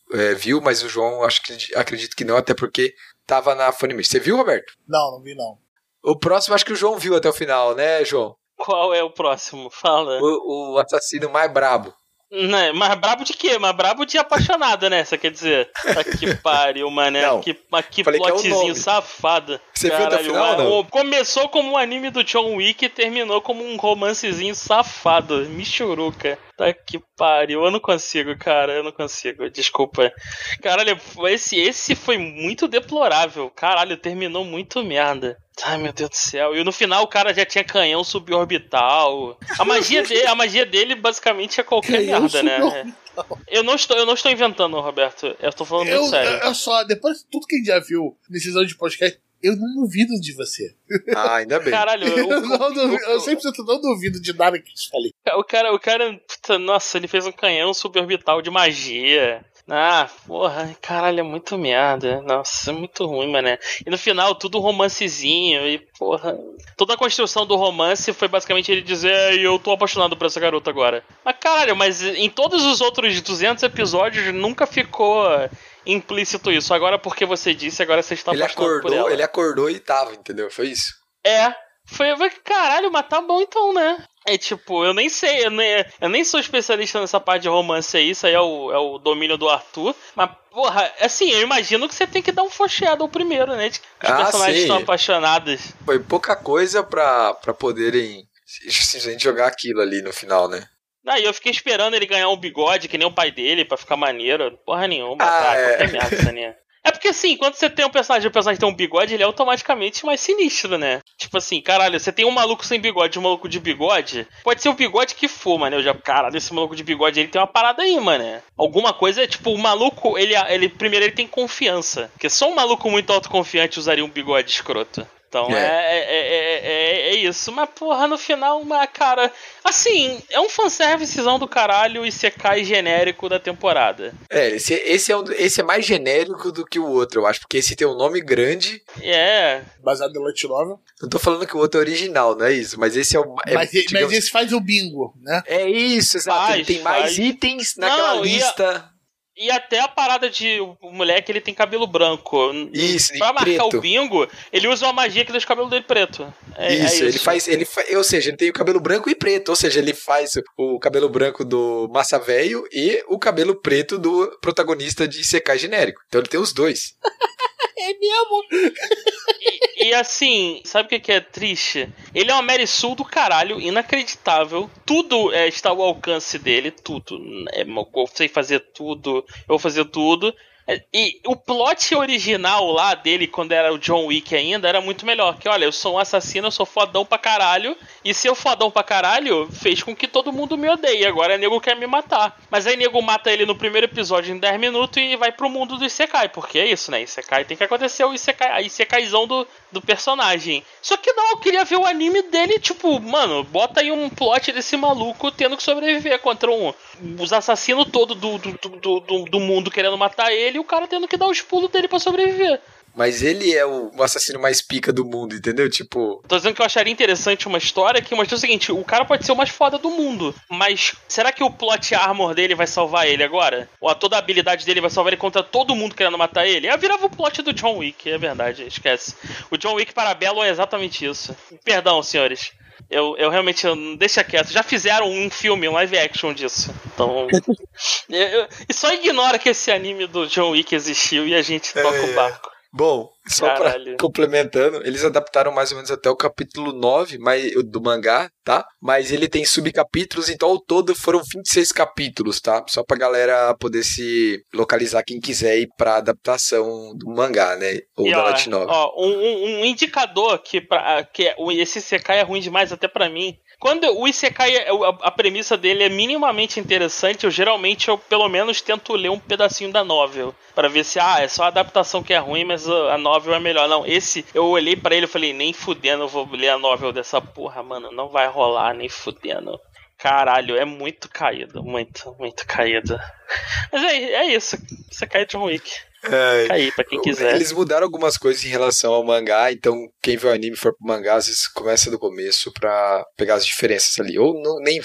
é, viu, mas o João acho que, acredito que não, até porque tava na Funimation. Você viu, Roberto? Não, não vi não. O próximo acho que o João viu até o final, né, João? Qual é o próximo? Fala. O, o assassino mais brabo. Não, mas brabo de quê? Mas brabo de apaixonada, né? Você quer dizer? Ah, que pariu, mané. Não, que ah, que plotzinho é safado. Você Caralho, viu até o final, não? Começou como um anime do John Wick e terminou como um romancezinho safado. Michuruca. Tá que pariu. Eu não consigo, cara. Eu não consigo. Desculpa. Caralho, esse, esse foi muito deplorável. Caralho, terminou muito merda. Ai, meu Deus do céu. E no final o cara já tinha canhão suborbital. A magia dele, a magia dele basicamente é qualquer canhão merda, né? Eu não, estou, eu não estou inventando, Roberto. Eu estou falando eu, muito sério. Eu só, depois de tudo que a gente já viu nesse episódio de podcast, eu não duvido de você. Ah, ainda bem. Caralho, eu, eu, não duvido, eu cem por cento não duvido de nada que eu te falei. O cara, o cara, puta, nossa, ele fez um canhão suborbital de magia. Ah, porra, caralho, é muito merda. Nossa, é muito ruim, mané. E no final, tudo um romancezinho. E, porra, toda a construção do romance foi basicamente ele dizer: eu tô apaixonado por essa garota agora. Mas caralho, mas em todos os outros duzentos episódios nunca ficou implícito isso. Agora porque você disse, agora você está ele apaixonado acordou, por ela. Ele acordou e tava, entendeu? Foi isso. É. Foi, caralho, mas tá bom então, né? É tipo, eu nem sei, eu nem, eu nem sou especialista nessa parte de romance aí, isso aí é o, é o domínio do Arthur, mas, porra, assim, eu imagino que você tem que dar um foreshadow primeiro, né? De que os ah, personagens sim. estão apaixonados. Foi pouca coisa pra, pra poderem simplesmente jogar aquilo ali no final, né? Aí eu fiquei esperando ele ganhar um bigode, que nem o pai dele, pra ficar maneiro. Porra nenhuma, ah, tá? É. Qualquer merda, essa linha. É porque assim, quando você tem um personagem, o personagem tem um bigode, ele é automaticamente mais sinistro, né? Tipo assim, caralho, você tem um maluco sem bigode e um maluco de bigode, pode ser o bigode que for, mano. Eu já, caralho, esse maluco de bigode, ele tem uma parada aí, mano. Alguma coisa, tipo, o maluco, ele, ele primeiro ele tem confiança. Porque só um maluco muito autoconfiante usaria um bigode escroto. Então é, é, é, é, é isso. Mas porra, no final, uma cara... Assim, é um fanservicezão do caralho e Isekai genérico da temporada. É, esse, esse, é um, esse é mais genérico do que o outro, eu acho. Porque esse tem um nome grande. É. Baseado em light novel. Não tô falando que o outro é original, não é isso. Mas esse é o... É, mas, digamos, mas esse faz o bingo, né? É isso, exato. Faz, ele tem faz. mais itens naquela Não, lista... E até a parada de o moleque, ele tem cabelo branco. Isso, pra marcar preto. o bingo, ele usa uma magia que deixa o cabelo dele preto. É, isso, é isso, ele faz, ele fa... ou seja, ele tem o cabelo branco e preto, ou seja, ele faz o cabelo branco do Massa Velho e o cabelo preto do protagonista de Isekai genérico. Então ele tem os dois. É mesmo? E, e assim, sabe o que, que é triste? Ele é uma Mary Sue do caralho, inacreditável. Tudo é, está ao alcance dele, tudo. É, eu sei fazer tudo, eu vou fazer tudo. E o plot original lá dele, quando era o John Wick ainda, era muito melhor. Que olha, eu sou um assassino, eu sou fodão pra caralho. E ser fodão pra caralho fez com que todo mundo me odeie. Agora o nego quer me matar. Mas aí o nego mata ele no primeiro episódio em dez minutos e vai pro mundo do Isekai. Porque é isso, né? Isekai tem que acontecer o Isekai, a Isekaizão do, do personagem. Só que não, eu queria ver o anime dele, tipo, mano, bota aí um plot desse maluco tendo que sobreviver contra um, os assassinos todos do, do, do, do, do mundo querendo matar ele. E o cara tendo que dar os pulos dele pra sobreviver. Mas ele é o, o assassino mais pica do mundo, entendeu? Tipo... Tô dizendo que eu acharia interessante uma história que mostra o seguinte, o cara pode ser o mais foda do mundo, mas será que o plot armor dele vai salvar ele agora? Ou a toda a habilidade dele vai salvar ele contra todo mundo querendo matar ele? Aí virava o plot do John Wick, é verdade, esquece. O John Wick Parabellum é exatamente isso. Perdão, senhores. Eu, eu realmente, eu, deixa quieto. Já fizeram um filme, um live action disso. Então. eu, eu, e só ignora que esse anime do John Wick existiu e a gente toca é, o barco. Bom, só Caralho. pra complementando, eles adaptaram mais ou menos até o capítulo nove mas, do mangá, tá? Mas ele tem subcapítulos, então ao todo foram vinte e seis capítulos, tá? Só pra galera poder se localizar quem quiser ir pra adaptação do mangá, né? Ou e da ó, light novel. Ó, um, um indicador que, pra, que esse Isekai é ruim demais até pra mim. Quando o Isekai, a premissa dele é minimamente interessante, eu geralmente, eu pelo menos tento ler um pedacinho da novel, pra ver se, ah, é só a adaptação que é ruim, mas a novel é melhor. Não, esse, eu olhei pra ele e falei, nem fudendo eu vou ler a novel dessa porra, mano, não vai rolar, nem fudendo. Caralho, é muito caído, muito, muito caído. Mas é, é isso, Isekai John Wick. É, Fica aí, pra quem quiser. Eles mudaram algumas coisas em relação ao mangá, então quem vê o anime e for pro mangá, às vezes começa do começo pra pegar as diferenças ali, ou não, nem vai.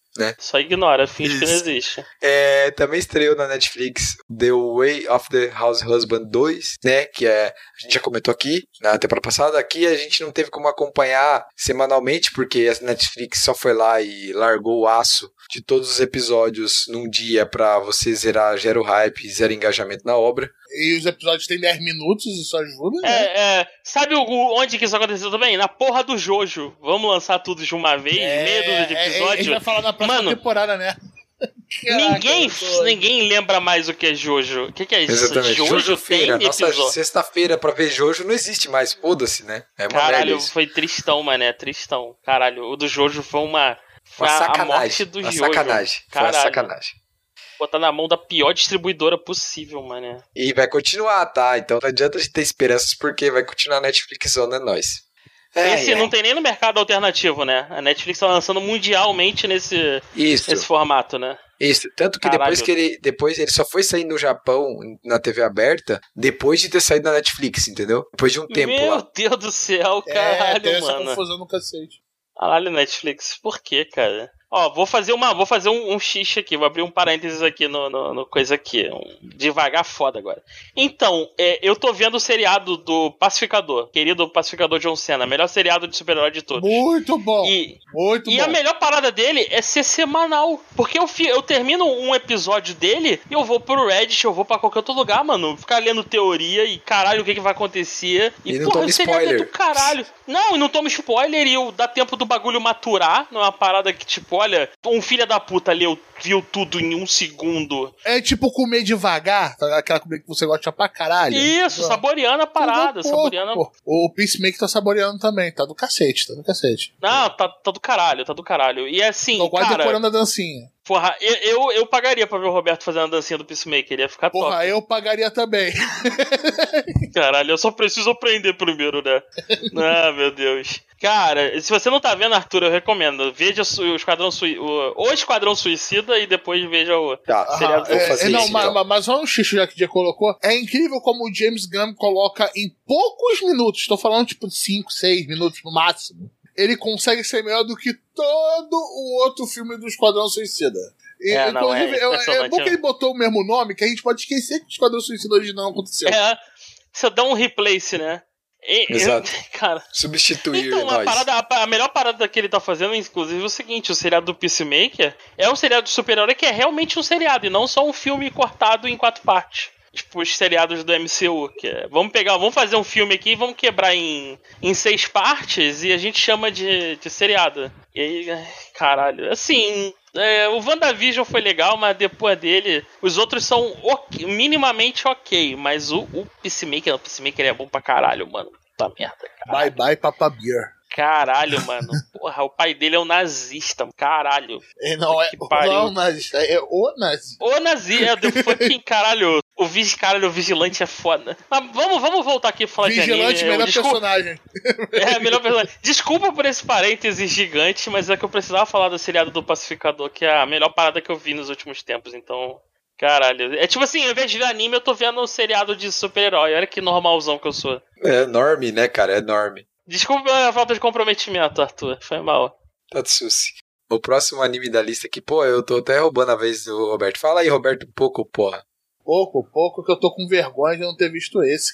né? Só ignora, finge Isso. que não existe. É, também estreou na Netflix The Way of the House Husband dois, né? Que é, a gente já comentou aqui na temporada passada. Aqui a gente não teve como acompanhar semanalmente, porque a Netflix só foi lá e largou o aço de todos os episódios num dia pra você zerar, gera o hype e zera engajamento na obra. E os episódios têm dez minutos, isso ajuda, né? É, é, sabe o, onde que isso aconteceu também? Na porra do Jojo. Vamos lançar tudo de uma vez, É, meia dúzia de é, episódio. a gente vai falar na próxima Mano, temporada, né? Caraca, ninguém, tô... ninguém lembra mais o que é Jojo. O que, que é isso? Exatamente. Jojo, Jojo feira. tem Nossa, episódio. sexta-feira pra ver Jojo não existe mais. Foda-se, né? É uma Caralho, merda isso. foi tristão, mané. Tristão. Caralho, o do Jojo foi uma... Foi Uma a, a sacanagem. morte do Uma Jojo. sacanagem. Foi Caralho. uma sacanagem. Botar na mão da pior distribuidora possível, mané. E vai continuar, tá? Então não adianta a gente ter esperanças, porque vai continuar a Netflix, né? Nós. É, Esse é. não tem nem no mercado alternativo, né? A Netflix tá lançando mundialmente nesse, Isso. nesse formato, né? Isso, tanto que Caralho. depois que ele depois ele só foi sair no Japão na T V aberta depois de ter saído na Netflix, entendeu? Depois de um tempo Meu lá. Deus do céu, É, caralho, tem essa mano. confusão no cacete. Caralho, Netflix, por que, cara? Ó, vou fazer uma, vou fazer um, um xixi aqui, vou abrir um parênteses aqui no, no, no coisa aqui, um, devagar foda agora. Então, é, eu tô vendo o seriado do Pacificador, querido Pacificador John Cena, melhor seriado de super-herói de todos. Muito bom. E, Muito e bom. a melhor parada dele é ser semanal. Porque eu, fi, eu termino um episódio dele e eu vou pro Reddit, eu vou pra qualquer outro lugar, mano. Ficar lendo teoria e caralho, o que, que vai acontecer. E, E não porra, toma o seriado é spoiler. do caralho. Não, e não toma spoiler e eu, dá tempo do bagulho maturar. Não é uma parada que, tipo, olha, um filho da puta leu, viu tudo em um segundo. É tipo comer devagar, tá? Aquela comida que você gosta pra caralho. Isso, Pô. saboreando a parada, Tudo saboreando... pouco. O Peacemaker tá saboreando também, tá do cacete, tá do cacete. Não, tá, tá do caralho, tá do caralho. E é assim, Tô quase cara... decorando a dancinha. Porra, eu, eu, eu pagaria pra ver o Roberto fazendo a dancinha do Peacemaker, ia ficar Porra, top. eu pagaria também. Caralho, eu só preciso aprender primeiro, né? Ah, meu Deus. Cara, se você não tá vendo, Arthur, eu recomendo. Veja o Esquadrão, Sui... o... o Esquadrão Suicida e depois veja o... Tá, seriado. vou É, fazer é, não, isso, mas, então. mas só um xixo já que o Dia colocou. É incrível como o James Gunn coloca em poucos minutos, tô falando tipo cinco, seis minutos no máximo, ele consegue ser melhor do que todo o outro filme do Esquadrão Suicida. E, É, não, inclusive, é é, é impressionante, bom que né? ele botou o mesmo nome, que a gente pode esquecer que o Esquadrão Suicida original não aconteceu. É, você dá um replace, né? E, Exato. eu- cara... Substituir Então, a, nós. parada, a, a melhor parada que ele tá fazendo, inclusive, é o seguinte: o seriado do Peacemaker é um seriado de super-herói que é realmente um seriado e não só um filme cortado em quatro partes. Tipo, os seriados do M C U. Que é, vamos pegar, vamos fazer um filme aqui e vamos quebrar em, em seis partes e a gente chama de, de seriado. E aí, ai, caralho. Assim, é, o WandaVision foi legal, mas depois dele, os outros são ok, minimamente ok. Mas o, o Peacemaker, o Peacemaker é bom pra caralho, mano. Puta merda, cara. Bye bye, Papa Beer. Caralho, mano. Porra, o pai dele é um nazista. Caralho. É, não, é, Que pariu. não é o nazista, é o nazista. O nazi, é do fucking caralho. O vigi, caralho, o vigilante é foda. Mas vamos, vamos voltar aqui pra falar Vigilante, de anime. melhor Desculpa, personagem. é, melhor personagem. Desculpa por esse parêntese gigante, mas é que eu precisava falar do seriado do Pacificador, que é a melhor parada que eu vi nos últimos tempos, então... Caralho. É tipo assim, ao invés de ver anime, eu tô vendo um seriado de super-herói. Olha que normalzão que eu sou. É enorme, né, cara? É enorme. Desculpa a falta de comprometimento, Arthur. Foi mal. Tatsushi. O próximo anime da lista aqui, pô, eu tô até roubando a vez do Roberto. Fala aí, Roberto, um pouco, porra. Pouco, pouco que eu tô com vergonha de não ter visto esse.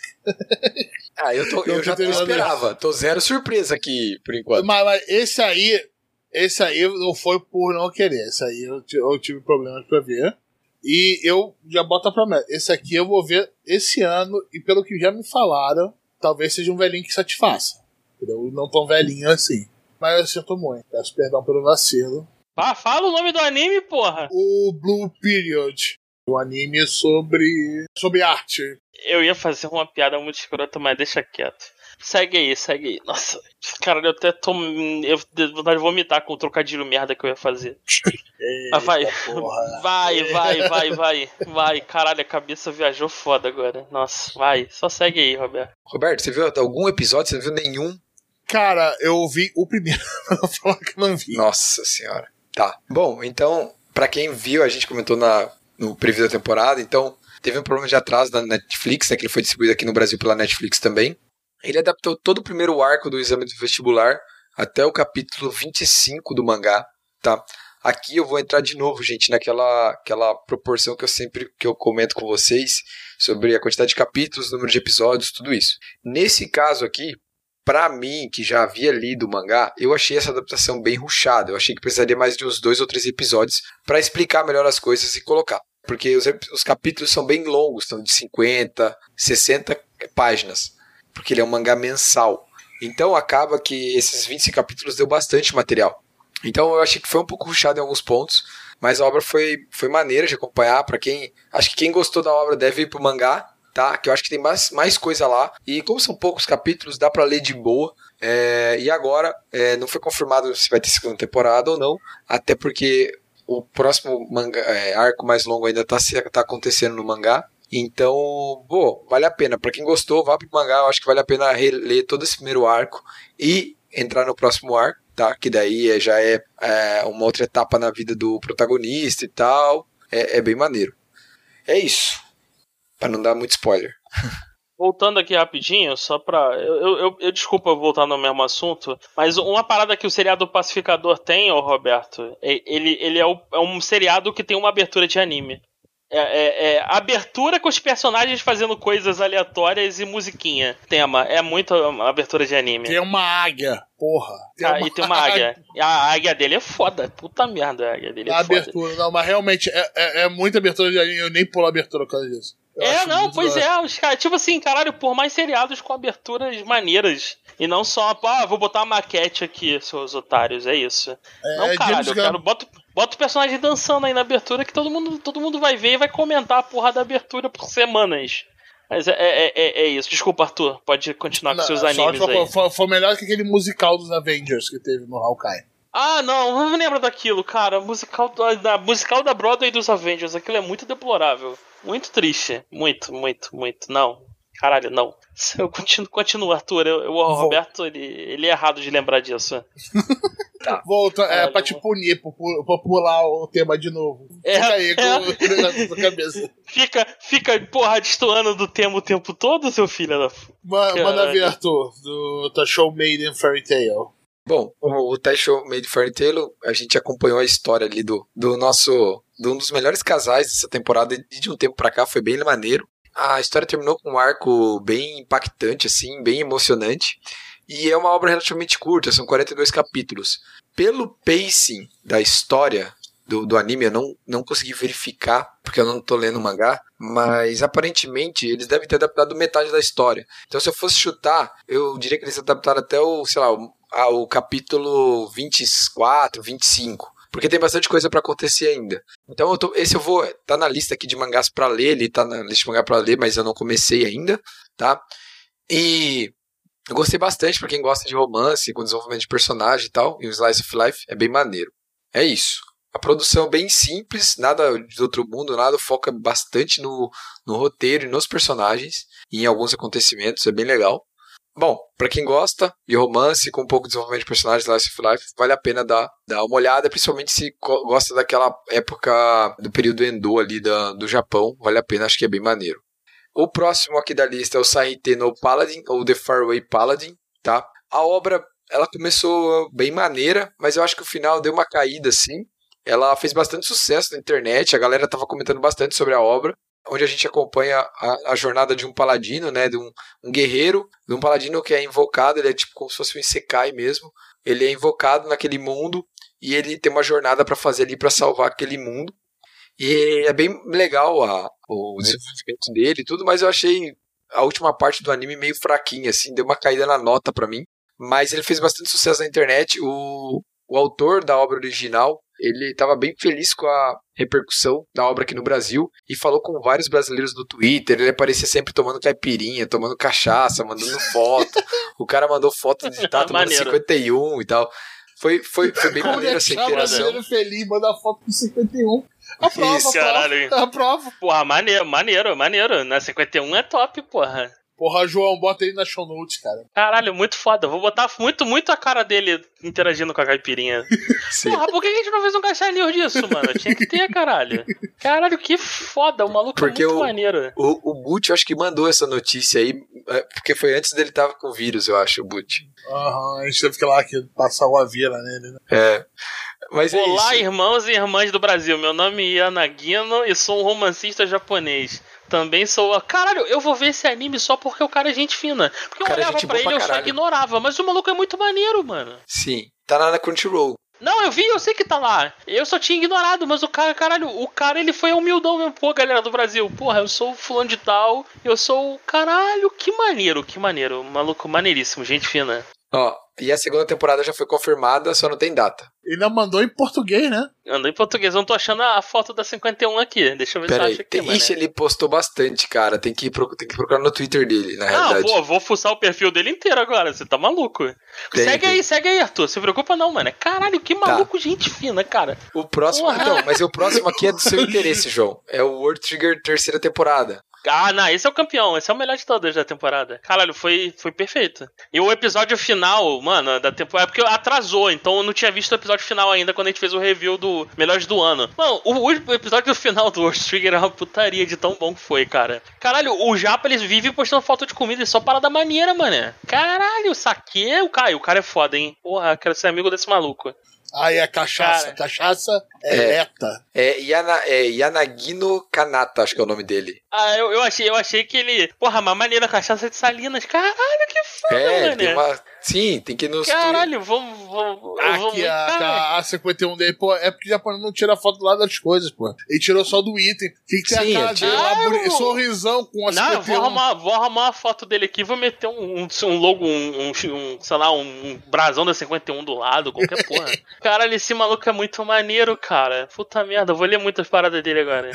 Ah, eu, tô, eu Não já tô não entendendo. esperava. Tô zero surpresa aqui, por enquanto. Mas, mas esse aí, esse aí não foi por não querer. Esse aí eu, ti- eu tive problemas pra ver. E eu já boto a promessa. Esse aqui eu vou ver esse ano. E pelo que já me falaram, talvez seja um velhinho que satisfaça. Entendeu? Não tão velhinho assim. Mas eu sinto muito. Peço perdão pelo vacilo. Ah, fala o nome do anime, porra. O Blue Period. Um anime sobre. sobre arte. Eu ia fazer uma piada muito escrota, mas deixa quieto. Segue aí, segue aí. Nossa, cara, eu até tô. Eu tenho vontade de vomitar com o trocadilho merda que eu ia fazer. Eita, Ah, vai. porra. Vai, vai, vai, vai. Vai, caralho, a cabeça viajou foda agora. Nossa, vai. Só segue aí, Roberto. Roberto, você viu algum episódio? Você não viu nenhum? Cara, eu vi o primeiro. Vou falar que eu não vi. Nossa senhora. Tá. Bom, então, pra quem viu, a gente comentou na, no preview da temporada, então teve um problema de atraso da Netflix, né, que ele foi distribuído aqui no Brasil pela Netflix também. Ele adaptou todo o primeiro arco do exame do vestibular até o capítulo vinte e cinco do mangá, tá? Aqui eu vou entrar de novo, gente, naquela aquela proporção que eu sempre que eu comento com vocês sobre a quantidade de capítulos, número de episódios, tudo isso. Nesse caso aqui, pra mim, que já havia lido o mangá, eu achei essa adaptação bem rushada. Eu achei que precisaria mais de uns dois ou três episódios pra explicar melhor as coisas e colocar. Porque os, os capítulos são bem longos, são de cinquenta, sessenta páginas. Porque ele é um mangá mensal. Então acaba que esses vinte e cinco capítulos deu bastante material. Então eu achei que foi um pouco rushado em alguns pontos, mas a obra foi, foi maneira de acompanhar. Para quem, acho que quem gostou da obra deve ir pro mangá, tá? Que eu acho que tem mais, mais coisa lá. E como são poucos capítulos, dá para ler de boa. É, e agora, é, não foi confirmado se vai ter segunda temporada ou não, até porque o próximo manga, é, arco mais longo ainda tá, tá acontecendo no mangá. Então, pô, vale a pena. Pra quem gostou, vá pro mangá. Eu acho que vale a pena reler todo esse primeiro arco e entrar no próximo arco, tá? Que daí já é, é uma outra etapa na vida do protagonista e tal. É, é bem maneiro. É isso. Pra não dar muito spoiler. Voltando aqui rapidinho, só pra... Eu, eu, eu, eu desculpa voltar no mesmo assunto, mas uma parada que o seriado Pacificador tem, ô Roberto, é, ele, ele é, o, é um seriado que tem uma abertura de anime. É, é, é abertura com os personagens fazendo coisas aleatórias e musiquinha. Tema, é muito abertura de anime. Tem uma águia, porra. Tem ah, uma... E tem uma águia. E a águia dele é foda. Puta merda, a águia dele é a foda. Abertura, não, mas realmente é, é, é muita abertura de anime. Eu nem pulo a abertura por causa disso. Eu é, não, pois da... é. Os caras, tipo assim, caralho, por mais seriados com aberturas maneiras. E não só, ah, vou botar uma maquete aqui, seus otários, é isso. É, não, caralho, eu quero, bota, bota o personagem dançando aí na abertura que todo mundo, todo mundo vai ver e vai comentar a porra da abertura por semanas. Mas é, é, é, é isso. Desculpa, Arthur, pode continuar não, com seus animes só, aí. Foi, foi melhor que aquele musical dos Avengers que teve no Hawkeye. Ah, não, não me lembro daquilo, cara. Musical da, musical da Broadway dos Avengers, aquilo é muito deplorável. Muito triste. Muito, muito, muito. Não. Caralho, não. Eu continuo, continuo Arthur. Eu, eu, o Roberto, ele, ele é errado de lembrar disso. Tá. Volta, é Caralho, pra te punir, pra, pra pular o tema de novo. É, fica aí com é. o negócio na cabeça. Fica, fica, porra, destoando do tema o tempo todo, seu filho da... Ma, manda ver, Arthur, do The Show Made in Fairy Tail. Bom, o The Show Made in Fairy Tail, a gente acompanhou a história ali do, do nosso... de um dos melhores casais dessa temporada, e de um tempo pra cá foi bem maneiro. A história terminou com um arco bem impactante, assim, bem emocionante. E é uma obra relativamente curta, são quarenta e dois capítulos. Pelo pacing da história do, do anime, eu não, não consegui verificar, porque eu não tô lendo o mangá, mas aparentemente eles devem ter adaptado metade da história. Então se eu fosse chutar, eu diria que eles adaptaram até o, sei lá, o, a, o capítulo vinte e quatro, vinte e cinco. Porque tem bastante coisa pra acontecer ainda. Então eu tô, esse eu vou... Tá na lista aqui de mangás pra ler. Ele tá na lista de mangá pra ler, mas eu não comecei ainda, tá? E eu gostei bastante pra quem gosta de romance, com desenvolvimento de personagem e tal. E o Slice of Life é bem maneiro. É isso. A produção é bem simples, nada de outro mundo, nada. Foca bastante no, no roteiro e nos personagens. E em alguns acontecimentos, é bem legal. Bom, pra quem gosta de romance com um pouco de desenvolvimento de personagens, Life of Life, vale a pena dar, dar uma olhada, principalmente se gosta daquela época do período Endo ali da, do Japão, vale a pena, acho que é bem maneiro. O próximo aqui da lista é o Sainte no Paladin, ou The Faraway Paladin, tá? A obra, ela começou bem maneira, mas eu acho que o final deu uma caída, assim. Ela fez bastante sucesso na internet, a galera tava comentando bastante sobre a obra, onde a gente acompanha a, a jornada de um paladino, né, de um, um guerreiro, de um paladino que é invocado, ele é tipo como se fosse um isekai mesmo, ele é invocado naquele mundo e ele tem uma jornada para fazer ali para salvar aquele mundo, e é bem legal a, o desenvolvimento dele e tudo, mas eu achei a última parte do anime meio fraquinha, assim, deu uma caída na nota para mim, mas ele fez bastante sucesso na internet. o, o autor da obra original, ele estava bem feliz com a repercussão da obra aqui no Brasil e falou com vários brasileiros no Twitter. Ele aparecia sempre tomando caipirinha, tomando cachaça, mandando foto. O cara mandou foto de tá tomando cinquenta e um e tal. Foi, foi, foi bem maneiro essa interação. Brasileiro feliz, manda foto com cinquenta e um. A prova, Isso, a prova, a prova. Porra, maneiro, maneiro, maneiro. Na cinquenta e um é top, porra. Porra, João, bota ele na show notes, cara. Caralho, muito foda. Vou botar muito, muito a cara dele interagindo com a caipirinha. Sim. Porra, por que a gente não fez um gacha-livro disso, mano? Tinha que ter, caralho. Caralho, que foda. O maluco porque é muito o, maneiro. O, o Butch, eu acho que mandou essa notícia aí, porque foi antes dele tava com vírus, eu acho, o Butch. Aham, uhum, a gente teve que ir lá que passar uma vira nele, né? É. Mas é Olá, isso. irmãos e irmãs do Brasil. Meu nome é Ian Nagino e sou um romancista japonês. Também sou... Caralho, eu vou ver esse anime só porque o cara é gente fina. Porque eu cara é olhava gente pra boa ele e pra eu só caralho. ignorava. Mas o maluco é muito maneiro, mano. Sim, tá lá na Crunchyroll. Não, eu vi, eu sei que tá lá. Eu só tinha ignorado, mas o cara, caralho, o cara, ele foi humildão mesmo. Pô, galera do Brasil, porra, eu sou fulano de tal, eu sou... Caralho, que maneiro, que maneiro. Maluco maneiríssimo, gente fina. Ó, e a segunda temporada já foi confirmada, só não tem data. Ainda mandou em português, né? Andou em português, eu não tô achando a foto da cinquenta e um aqui. Deixa eu ver Pera se eu aí, acho aqui, tem... mano. Ixi, ele postou bastante, cara. Tem que, pro... tem que procurar no Twitter dele, na Ah, realidade. pô, vou fuçar o perfil dele inteiro agora, você tá maluco? Tem, segue tem. aí, segue aí, Arthur. Se preocupa não, mano. Caralho, que maluco, gente fina, cara. O próximo, Porra. então, mas o próximo aqui é do seu interesse, João. É o World Trigger terceira temporada. Ah, não, esse é o campeão, esse é o melhor de todos da temporada. Caralho, foi, foi perfeito. E o episódio final, mano, da temporada, é porque atrasou, então eu não tinha visto o episódio final ainda quando a gente fez o review do Melhores do Ano. Mano, o, o episódio final do World Trigger é uma putaria de tão bom que foi, cara. Caralho, o Japa, eles vivem postando foto de comida e só parada maneira, mano. Caralho, saque, o cara, o cara é foda, hein. Porra, quero ser amigo desse maluco. Aí é cachaça. Cara. Cachaça é, É. Eta. É, Yana, é Yanagino Kanata, acho que é o nome dele. Ah, eu, eu, achei, eu achei que ele... Porra, uma maneira cachaça de Salinas. Caralho, que foda, É, mano. tem uma... Sim, tem que ir nos... Caralho, vamos... vamos, vamos Aqui, a, cara. a, a cinquenta e um dele, pô, é porque o japonês não tira foto do lado das coisas, pô. Ele tirou só do item. Tem que ter Sim, a cara eu dele tiro. lá, Ah, boni- eu- sorrisão com a Não, eu cinquenta e vou um. arrumar, vou arrumar uma foto dele aqui, vou meter um, um, um logo, um, um, um, sei lá, um, um brasão da cinquenta e um do lado, qualquer porra. Caralho, esse maluco é muito maneiro, cara. Puta merda, eu vou ler muitas paradas dele agora.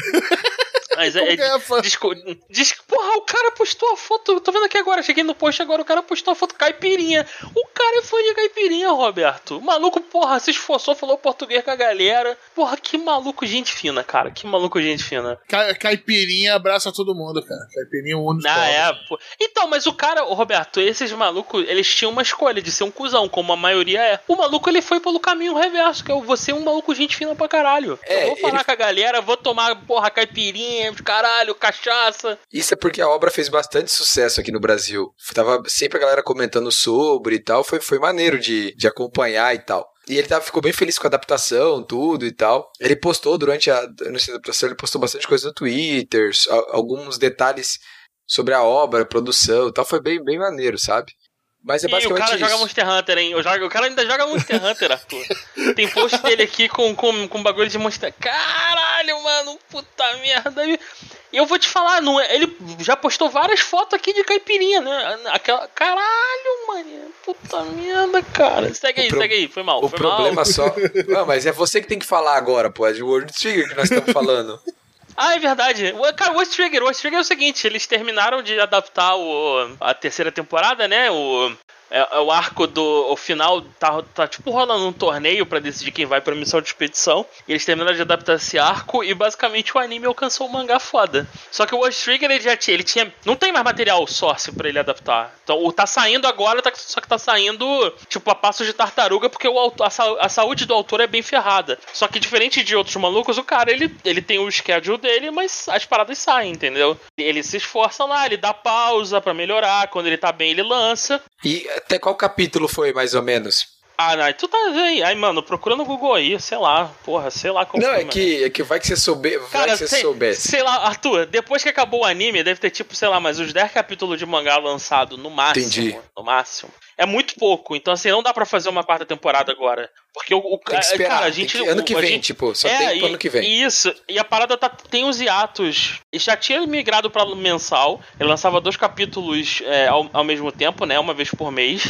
Mas é, Como que é, é, fã? diz, diz que, porra, o cara postou a foto, tô vendo aqui agora, cheguei no post agora, o cara postou a foto caipirinha. O cara é fã de caipirinha, Roberto. O maluco, porra, se esforçou, falou português com a galera. Porra, que maluco gente fina, cara, que maluco gente fina. Ca- Caipirinha abraça todo mundo, cara. Caipirinha une os Ah, povos. é, pô. Então, mas o cara, o Roberto, esses malucos, eles tinham uma escolha de ser um cuzão, como a maioria é. O maluco, ele foi pelo caminho reverso, que é você um maluco gente fina pra caralho. É, eu vou falar ele- com a galera, vou tomar, porra, caipirinha, caralho, cachaça. Isso é porque a obra fez bastante sucesso aqui no Brasil. Tava sempre a galera comentando sobre e tal. Foi, foi maneiro de, de acompanhar e tal. E ele tava, ficou bem feliz com a adaptação, tudo e tal. Ele postou durante a, durante a adaptação, ele postou bastante coisa no Twitter, a- alguns detalhes sobre a obra, a produção e tal. Foi bem, bem maneiro, sabe? Mas é E o basicamente cara isso. joga Monster Hunter, hein? O, joga, o cara ainda joga Monster Hunter, Arthur. Tem post dele aqui com, com, com bagulho de Monster... Caralho, mano, puta merda. E eu vou te falar, não é, ele já postou várias fotos aqui de caipirinha, né? Aquela... Caralho, mano, puta merda, cara. Segue aí, O pro- segue aí, foi mal, O foi problema mal. só... Não, mas é você que tem que falar agora, pô. É de World Trigger que nós estamos falando. Ah, é verdade. O- Cara, o World Trigger, o World Trigger é o seguinte, eles terminaram de adaptar o, a terceira temporada, né? O, é, é o arco do... O final tá, tá tipo rolando um torneio pra decidir quem vai pra missão de expedição. E eles terminaram de adaptar esse arco e basicamente o anime alcançou um mangá foda. Só que o World Trigger, ele já tinha... Ele tinha não tem mais material source pra ele adaptar. Então, o tá saindo agora, tá, só que tá saindo tipo a passos de tartaruga, porque o autor, a, sa- a saúde do autor é bem ferrada. Só que diferente de outros malucos, o cara, ele, ele tem o schedule dele, mas as paradas saem, entendeu? Ele se esforça lá, ele dá pausa pra melhorar, quando ele tá bem ele lança. E até qual capítulo foi, mais ou menos? Ah, não, tu tá aí, aí, mano, procura no Google aí, sei lá, porra, sei lá como Não, foi, é mano. que, é que vai que você souber, vai Cara, que você sei, soubesse. sei lá, Arthur, depois que acabou o anime, deve ter tipo, sei lá, mais uns dez capítulos de mangá lançado, no máximo. Entendi. No máximo. É muito pouco, então assim, não dá pra fazer uma quarta temporada agora. Porque o, o Tem que esperar, cara, a tem gente... que- ano que o- a vem, gente- tipo, só é, tem pro e- ano que vem. Isso, e a parada tá, tem uns hiatos. E já tinha migrado pra mensal, ele lançava dois capítulos é, ao, ao mesmo tempo, né, uma vez por mês.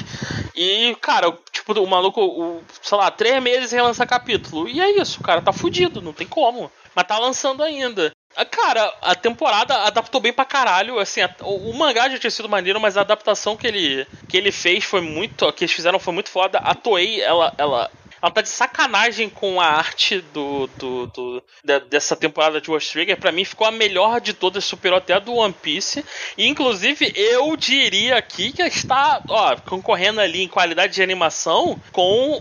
E, cara, o- tipo, o maluco, o, sei lá, três meses relança capítulo. E é isso, cara, tá fudido, não tem como. Mas tá lançando ainda. Ah, cara, a temporada adaptou bem pra caralho, assim, a- o, o mangá já tinha sido maneiro, mas a adaptação que ele, que ele fez foi muito, que eles fizeram foi muito foda. A Toei, ela, ela, ela tá de sacanagem com a arte do, do, do da- dessa temporada de World Trigger. Pra mim ficou a melhor de todas, superou até a do One Piece. E inclusive eu diria aqui que está, ó, concorrendo ali em qualidade de animação com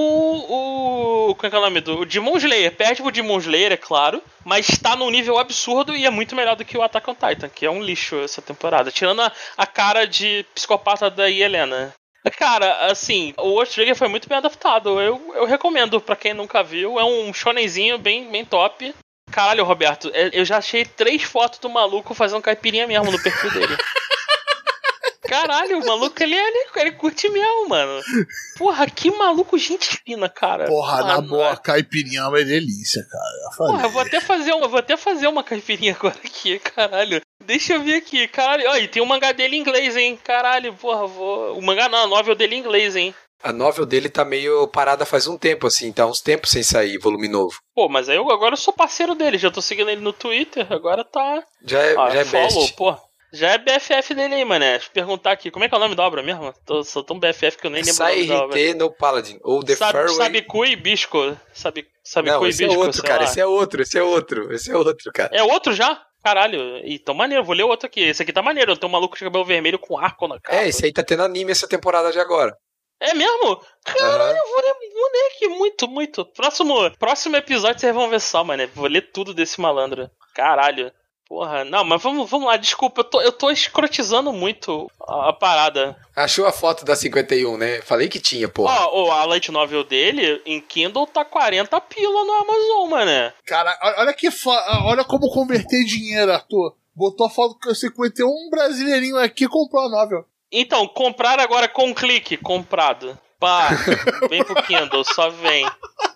o, o como é que é o nome do o Demon Slayer. Perde pro Demon Slayer, é claro, mas está num nível absurdo e é muito melhor do que o Attack on Titan, que é um lixo essa temporada. Tirando a, a cara de psicopata da Helena. Cara, assim, o World Trigger foi muito bem adaptado. Eu, eu recomendo pra quem nunca viu. É um shonenzinho bem, bem top. Caralho, Roberto, eu já achei três fotos do maluco fazendo caipirinha mesmo no perfil dele. Caralho, o maluco, ele, ele, ele curte mesmo, mano. Porra, que maluco gente fina, cara. Porra, Porra na boa, a caipirinha é uma delícia, cara. Porra, eu vou até fazer uma, vou até fazer uma caipirinha agora aqui, caralho. Deixa eu ver aqui, caralho. Ó, e tem o mangá dele em inglês, hein. Caralho, porra, vou... O mangá não, a novel dele em inglês, hein. A novel dele tá meio parada faz um tempo, assim, tá uns tempos sem sair volume novo. Pô, mas aí eu agora eu sou parceiro dele, já tô seguindo ele no Twitter, agora tá... Já é, ah, já é follow, best. Pô. Já é B F F dele aí, mané. Deixa eu perguntar aqui, como é que é o nome da obra mesmo? Tô, sou tão B F F que eu nem lembro o nome da obra. Sai R T no Paladin, ou The Sabe, Fairway... Sabiku e Bisco. Sabe, Sabiku Não, e esse Bisco, é outro, cara, lá. esse é outro, esse é outro, esse é outro, cara. É outro já? Caralho, e tão maneiro, vou ler outro aqui. Esse aqui tá maneiro, tem um maluco de cabelo vermelho com arco na cara. É, esse aí tá tendo anime essa temporada de agora. É mesmo? Caralho, Uhum. eu vou ler, vou ler aqui muito, muito. Próximo, próximo episódio vocês vão ver só, mano. Vou ler tudo desse malandro. Caralho. Porra, não, mas vamos, vamos lá, desculpa, eu tô, eu tô escrotizando muito a, a parada. Achou a foto da cinquenta e um, né? Falei que tinha, porra. Ó, oh, a light novel dele, em Kindle, tá quarenta pila no Amazon, mano. Cara, olha que fa... olha como converter dinheiro, Arthur. Botou a foto do cinquenta e um, um brasileirinho aqui e comprou a novel. Então, comprar agora com clique, comprado. Pá, vem pro Kindle, só vem.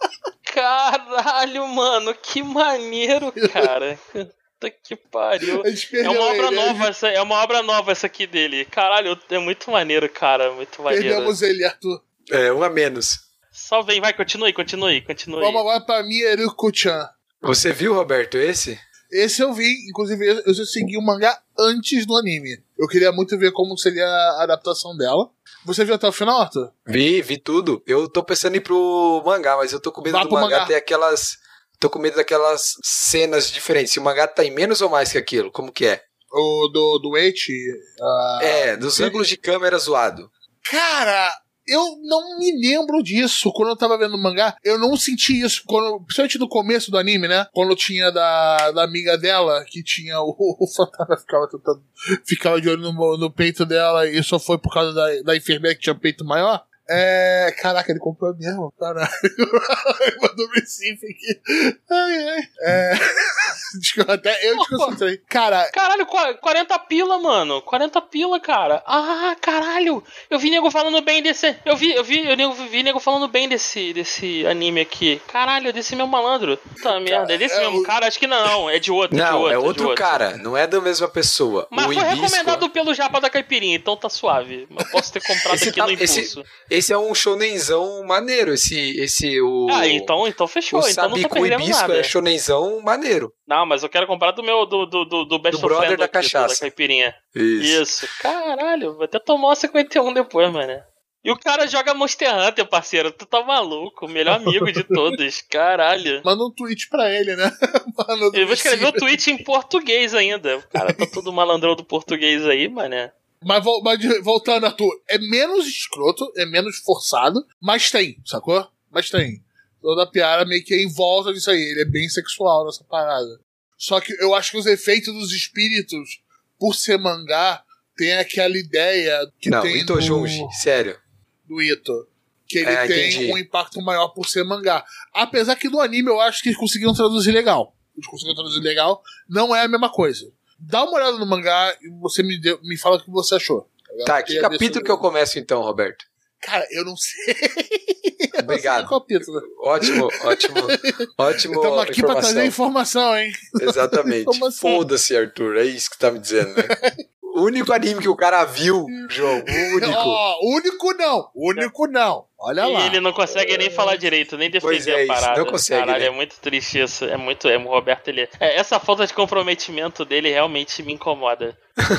Caralho, mano, que maneiro, cara. Puta que pariu. É uma obra ele, nova, essa, é uma obra nova essa aqui dele. Caralho, é muito maneiro, cara, muito maneiro. Perdemos ele, Arthur. É, um a menos. Só vem, vai, continue, continue, continue. Vamos agora pra Mieruko-chan. Você viu, Roberto, esse? Esse eu vi, inclusive eu já segui o mangá antes do anime. Eu queria muito ver como seria a adaptação dela. Você viu até o final, Arthur? Vi, vi tudo. Eu tô pensando em ir pro mangá, mas eu tô com medo Vá do pro mangá, mangá. ter aquelas... Tô com medo daquelas cenas diferentes. Se o mangá tá em menos ou mais que aquilo, como que é? O do, do Eiichi? Uh, é, dos sim. ângulos de câmera zoado. Cara, eu não me lembro disso. Quando eu tava vendo o mangá, eu não senti isso. Quando, principalmente no começo do anime, né? Quando tinha da, da amiga dela, que tinha o, o fantasma, ficava tentando, ficava de olho no, no peito dela, e só foi por causa da, da enfermeira que tinha peito maior. É. Caraca, ele comprou mesmo. Caralho. Mandou um Recife aqui. Ai, ai. É. Até eu desconcentrei. Cara. Caralho, quarenta pila, mano. quarenta pila, cara. Ah, caralho. Eu vi nego falando bem desse. Eu vi, eu vi, eu vi nego falando bem desse, desse anime aqui. Caralho, é desse meu malandro. Puta merda, é desse é mesmo o... cara? Acho que não, é de outro. Não, de outro, é outro, outro cara. Não é da mesma pessoa. Mas o foi Hibisco... recomendado pelo Japa da Caipirinha, então tá suave. Eu posso ter comprado esse aqui tá, no impulso. Esse, esse é um shonenzão maneiro, esse, esse o... Ah, então, então fechou, o então não tá perdendo Hibisco nada. É shonenzão maneiro. Não, mas eu quero comprar do meu, do, do, do, do Best do of brother Friend da aqui, cachaça. Da Caipirinha. Isso. Isso. Caralho, vou até tomar uma cinquenta e um depois, mano. E o cara joga Monster Hunter, parceiro. Tu tá maluco, o melhor amigo de todos. Caralho. Manda um tweet pra ele, né? Manda Eu vou escrever o tweet em português ainda. O cara tá todo malandrão do português aí, mané. Mas, mas voltando, Arthur, é menos escroto, é menos forçado, mas tem, sacou? Mas tem. Toda a piada meio que é em volta disso aí. Ele é bem sexual nessa parada. Só que eu acho que os efeitos dos espíritos, por ser mangá, tem aquela ideia que Não, tem Ito no... Junji, sério. do Ito. Que ele É, tem entendi. um impacto maior por ser mangá. Apesar que no anime eu acho que eles conseguiram traduzir legal. Eles conseguiram traduzir legal. Não é a mesma coisa. Dá uma olhada no mangá e você me, deu, me fala o que você achou. Tá, que capítulo que eu começo então, Roberto? Cara, eu não sei. Obrigado. Eu não sei capítulo. Ótimo, ótimo, ótimo. Estamos aqui informação. pra trazer informação, hein? Exatamente. Informação. Foda-se, Arthur, é isso que tá me dizendo, né? O único anime que o cara viu, João, o único. Ó, oh, único não, único não. Olha E lá. ele não consegue nem falar direito, nem defender Pois é, a isso, parada. não consegue, Caralho, né? é muito triste isso. É muito. É, o Roberto, ele. É, essa falta de comprometimento dele realmente me incomoda.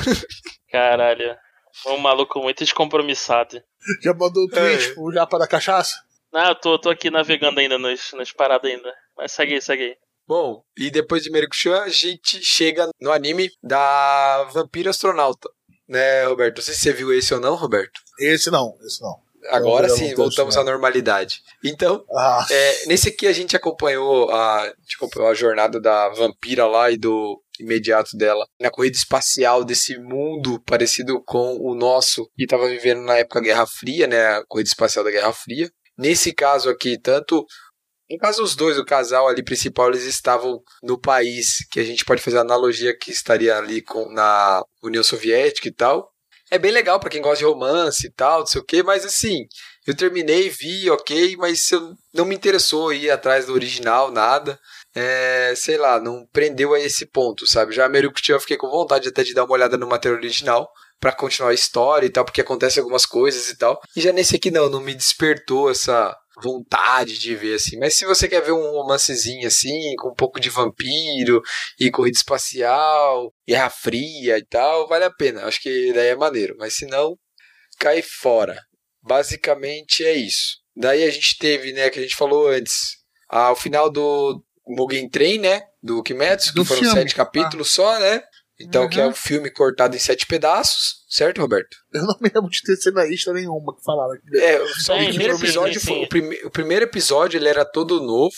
Caralho. Um maluco muito descompromissado. Já mandou o tweet É. pro Japa da Cachaça? Não, eu tô, tô aqui navegando ainda nos, nas paradas ainda. Mas segue aí, segue aí. Bom, e depois de Merikushan, a gente chega no anime da Vampiro Astronauta. Né, Roberto? Não sei se você viu esse ou não, Roberto. Esse não, esse não. Agora Eu sim, não voltamos penso, à normalidade. Então, Ah, é, nesse aqui a gente acompanhou a, a gente acompanhou a jornada da vampira lá e do imediato dela, na corrida espacial desse mundo parecido com o nosso, que estava vivendo na época da Guerra Fria, né, a corrida espacial da Guerra Fria. Nesse caso aqui, tanto... No caso, os dois, o casal ali principal, eles estavam no país, que a gente pode fazer a analogia que estaria ali com, na União Soviética e tal. É bem legal pra quem gosta de romance e tal, não sei o quê, mas assim, eu terminei, vi, ok, mas eu, não me interessou ir atrás do original, nada. É, sei lá, não prendeu a esse ponto, sabe? Já a Merukutia eu fiquei com vontade até de dar uma olhada no material original pra continuar a história e tal, porque acontece algumas coisas e tal. E já nesse aqui não, não me despertou essa vontade de ver, assim. Mas se você quer ver um romancezinho, assim, com um pouco de vampiro e corrida espacial, Guerra Fria e tal, vale a pena. Acho que daí é maneiro. Mas se não, cai fora. Basicamente é isso. Daí a gente teve, né, que a gente falou antes, ao final do Mugen Train, né, do Kimetsu, que Do foram filme. sete capítulos só, né? Então, Uhum. que é um filme cortado em sete pedaços, certo, Roberto? Eu não me lembro de ter cenarista nenhuma que falaram aqui. É, só Sim, o primeiro sim, episódio sim, foi, sim. o, prime, o primeiro episódio ele era todo novo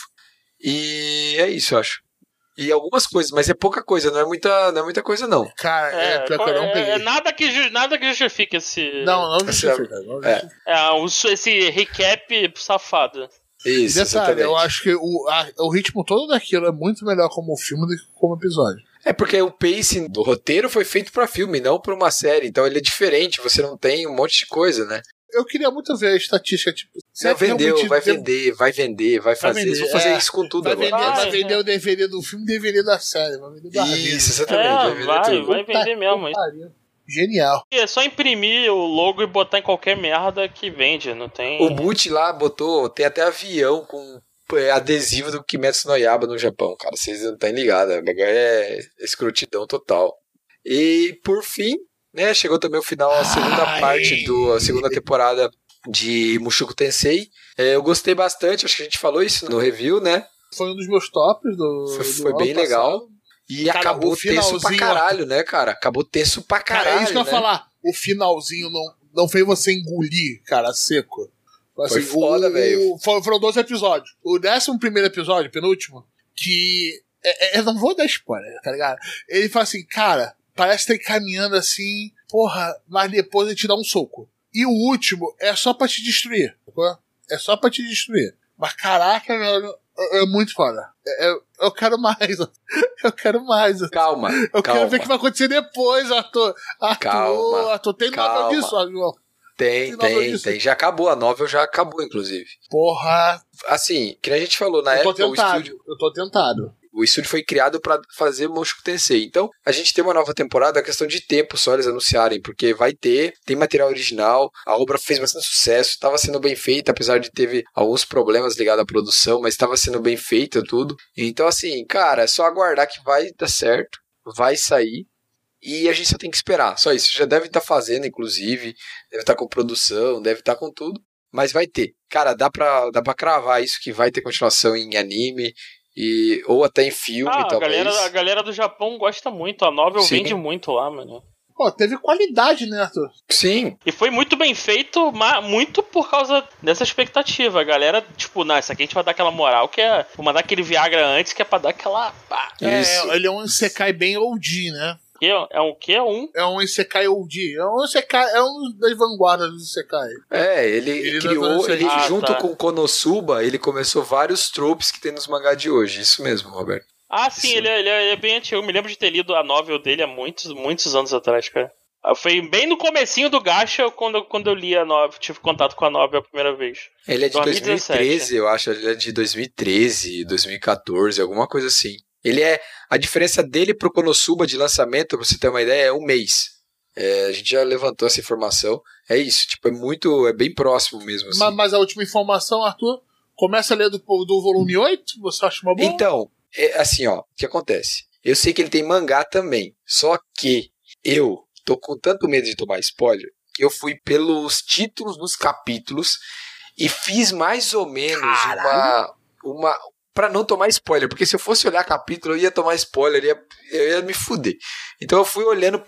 e é isso, eu acho. E algumas coisas, mas é pouca coisa, não é muita, não é muita coisa não. Cara, é, É, pior que eu não é, peguei. é nada, que, ju- nada que justifique esse. Não, não Essa- justifica. Não é. justifica. É, um- esse recap safado. Isso, Detalhe, exatamente. eu acho que o, a- o ritmo todo daquilo é muito melhor como filme do que como episódio. É porque o pacing do roteiro foi feito pra filme, não pra uma série, então ele é diferente, você não tem um monte de coisa, né? Eu queria muito ver a estatística, tipo... Não, vendeu, realmente vai tem- vender, vai vender, vai fazer. vender, Eles vão fazer é. isso com tudo Vai agora. vender, Vai, vai é. vender o D V D do filme e D V D da série. Vai vender da vida. Isso, exatamente, vai É, vender vai, tudo. vai Puta vender mesmo. que pariu. Genial. É só imprimir o logo e botar em qualquer merda que vende, não tem. O Boot lá botou, tem até avião com é, adesivo do Kimetsu no Yaiba no Japão, cara. Vocês não estão ligados, o bagulho é escrotidão total. E por fim, né, chegou também o final, a segunda Ai. parte da segunda temporada de Mushoku Tensei. É, eu gostei bastante, acho que a gente falou isso no review, né? Foi um dos meus tops do. Foi, do foi ano bem passado. legal. E Cara, acabou o tenso pra finalzinho, caralho, né, cara? Acabou tenso pra Cara, caralho, é isso que eu ia né? falar. O finalzinho não, não fez você engolir, cara, seco. Foi foda, o- velho. Foram, foram doze episódios. O décimo primeiro episódio, penúltimo, que. É, é, eu não vou dar spoiler, tá ligado? Ele fala assim, cara, parece que tá caminhando assim, porra, mas depois ele te dá um soco. E o último é só pra te destruir, sacou? É só pra te destruir. Mas caraca, velho, é, é muito foda. É, é- eu quero mais. Eu quero mais. Calma, Eu calma. quero ver o que vai acontecer depois, Arthur. Arthur, Calma, Arthur, tem calma. novel disso, ó, João. Tem, Tem novel tem, disso. tem. Já acabou, a novel já acabou, inclusive. Porra, Assim, que nem a gente falou, na eu tô época o tentado. estúdio, Eu tô tentado. o estúdio foi criado pra fazer Mushoku Tensei. Então, a gente tem uma nova temporada, é questão de tempo só eles anunciarem, porque vai ter, tem material original, a obra fez bastante sucesso, estava sendo bem feita, apesar de teve alguns problemas ligados à produção, mas estava sendo bem feita tudo. Então, assim, cara, é só aguardar que vai dar certo, vai sair. E a gente só tem que esperar, só isso. Já deve estar fazendo, inclusive, deve estar com produção, deve estar com tudo, mas vai ter. Cara, dá pra, dá pra cravar isso que vai ter continuação em anime, e, ou até em filme, Ah, a talvez. galera, a galera do Japão gosta muito, a novel Sim. vende muito lá, mano. Pô, teve qualidade, né, Arthur? Sim, E foi muito bem feito, ma- muito por causa dessa expectativa. A galera, tipo, não, isso aqui a gente vai dar aquela moral, que é. Vou mandar aquele Viagra antes, que é pra dar aquela. Pá. Isso. É, ele é um Isekai bem O G, né? Que é um que? Um? É um Isekai O G. É um Isekai, é um das vanguardas do Isekai. é, ele, Ele criou, não- ele, Ah, junto tá. com o Konosuba, ele começou vários tropes que tem nos mangá de hoje, isso mesmo, Roberto. Ah, sim, Isso. ele é, ele é- ele é bem antigo. Eu me lembro de ter lido a novel dele há muitos, muitos anos atrás, cara. Ah, foi bem no comecinho do Gacha quando, eu- quando eu li a novel, tive contato com a novel a primeira vez. Ele é de dois mil e dois mil e dezessete. treze, eu acho, ele é de dois mil e treze, dois mil e quatorze, alguma coisa assim. Ele é, a diferença dele pro Konosuba de lançamento, pra você ter uma ideia, é um mês. É, a gente já levantou essa informação. É isso, tipo, é muito, é bem próximo mesmo, assim. Mas, mas a última informação, Arthur, começa a ler do, do volume oito, você acha uma boa? Então, é assim, ó, o que acontece? Eu sei que ele tem mangá também, só que eu tô com tanto medo de tomar spoiler que eu fui pelos títulos dos capítulos e fiz mais ou menos uma, uma para não tomar spoiler, porque se eu fosse olhar capítulo eu ia tomar spoiler, ia, eu ia me fuder. Então eu fui olhando pelo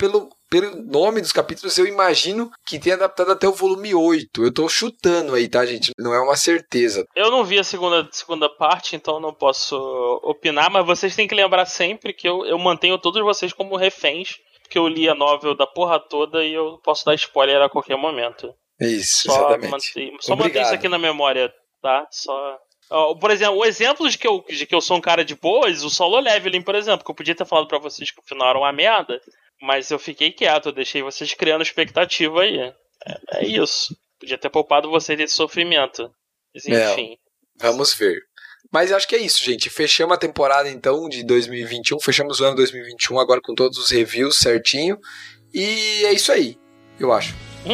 pelo nome dos capítulos, eu imagino que tenha adaptado até o volume oito. Eu tô chutando aí, tá, gente? Não é uma certeza. Eu não vi a segunda, segunda parte, então não posso opinar, mas vocês têm que lembrar sempre que eu, eu mantenho todos vocês como reféns, porque eu li a novel da porra toda e eu posso dar spoiler a qualquer momento. Isso, só exatamente. Mantém, só manter isso aqui na memória, tá? Só... Por exemplo, o exemplo de que, eu, de que eu sou um cara de boas, o Solo Leveling, por exemplo, que eu podia ter falado pra vocês que o final era uma merda, mas eu fiquei quieto, eu deixei vocês criando expectativa aí. É, é isso. Podia ter poupado vocês desse sofrimento. Mas enfim. É, vamos ver. Mas acho que é isso, gente. Fechamos a temporada, então, de dois mil e vinte e um. Fechamos o ano dois mil e vinte e um agora com todos os reviews certinho. E é isso aí, eu acho.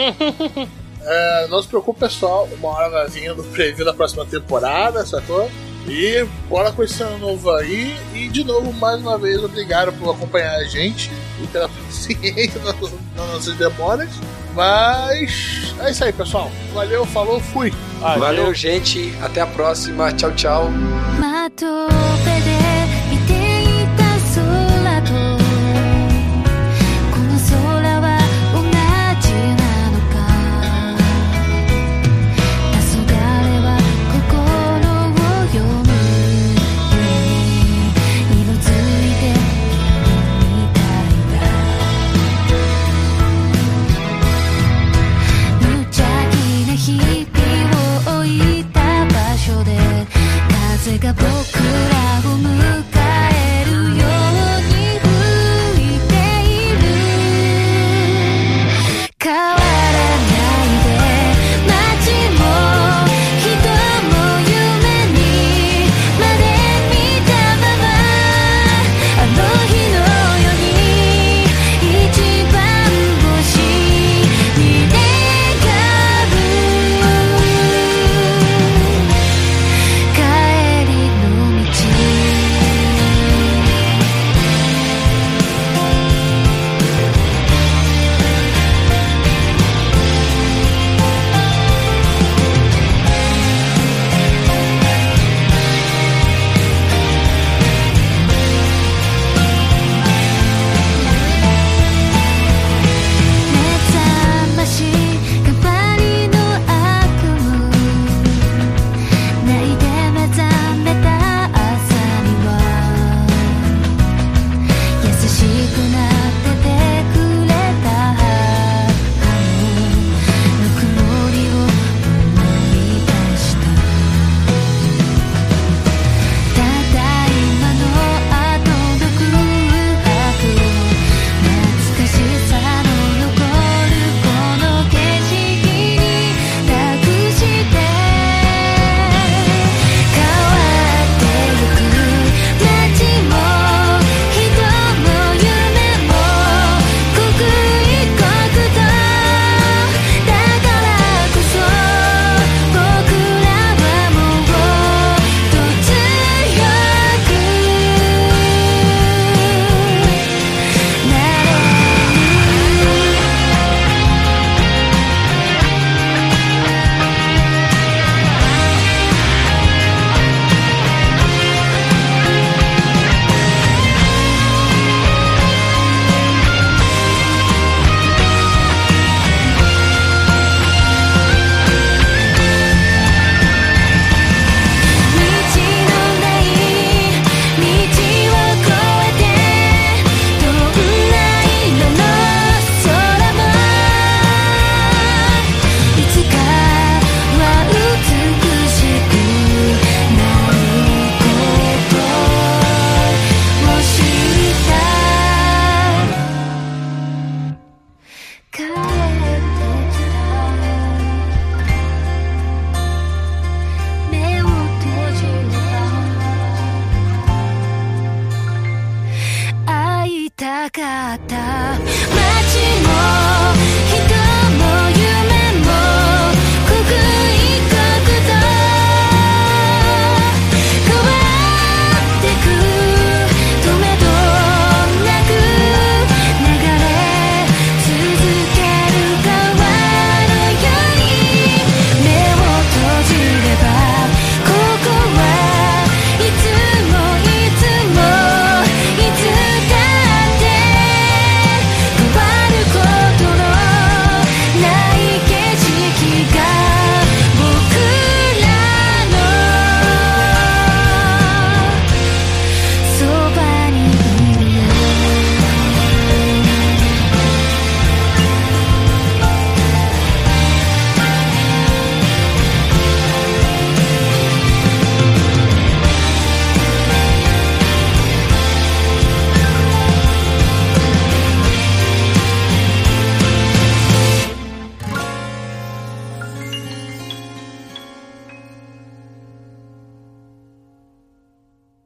É, não se preocupe, pessoal. Uma hora vai vir do preview da próxima temporada, sacou? E bora com esse ano novo aí. E de novo, mais uma vez, obrigado por acompanhar a gente e pela paciência nas, nas nossas demoras. Mas é isso aí, pessoal. Valeu, falou, fui. Valeu, Valeu gente. Até a próxima. Tchau, tchau. Kata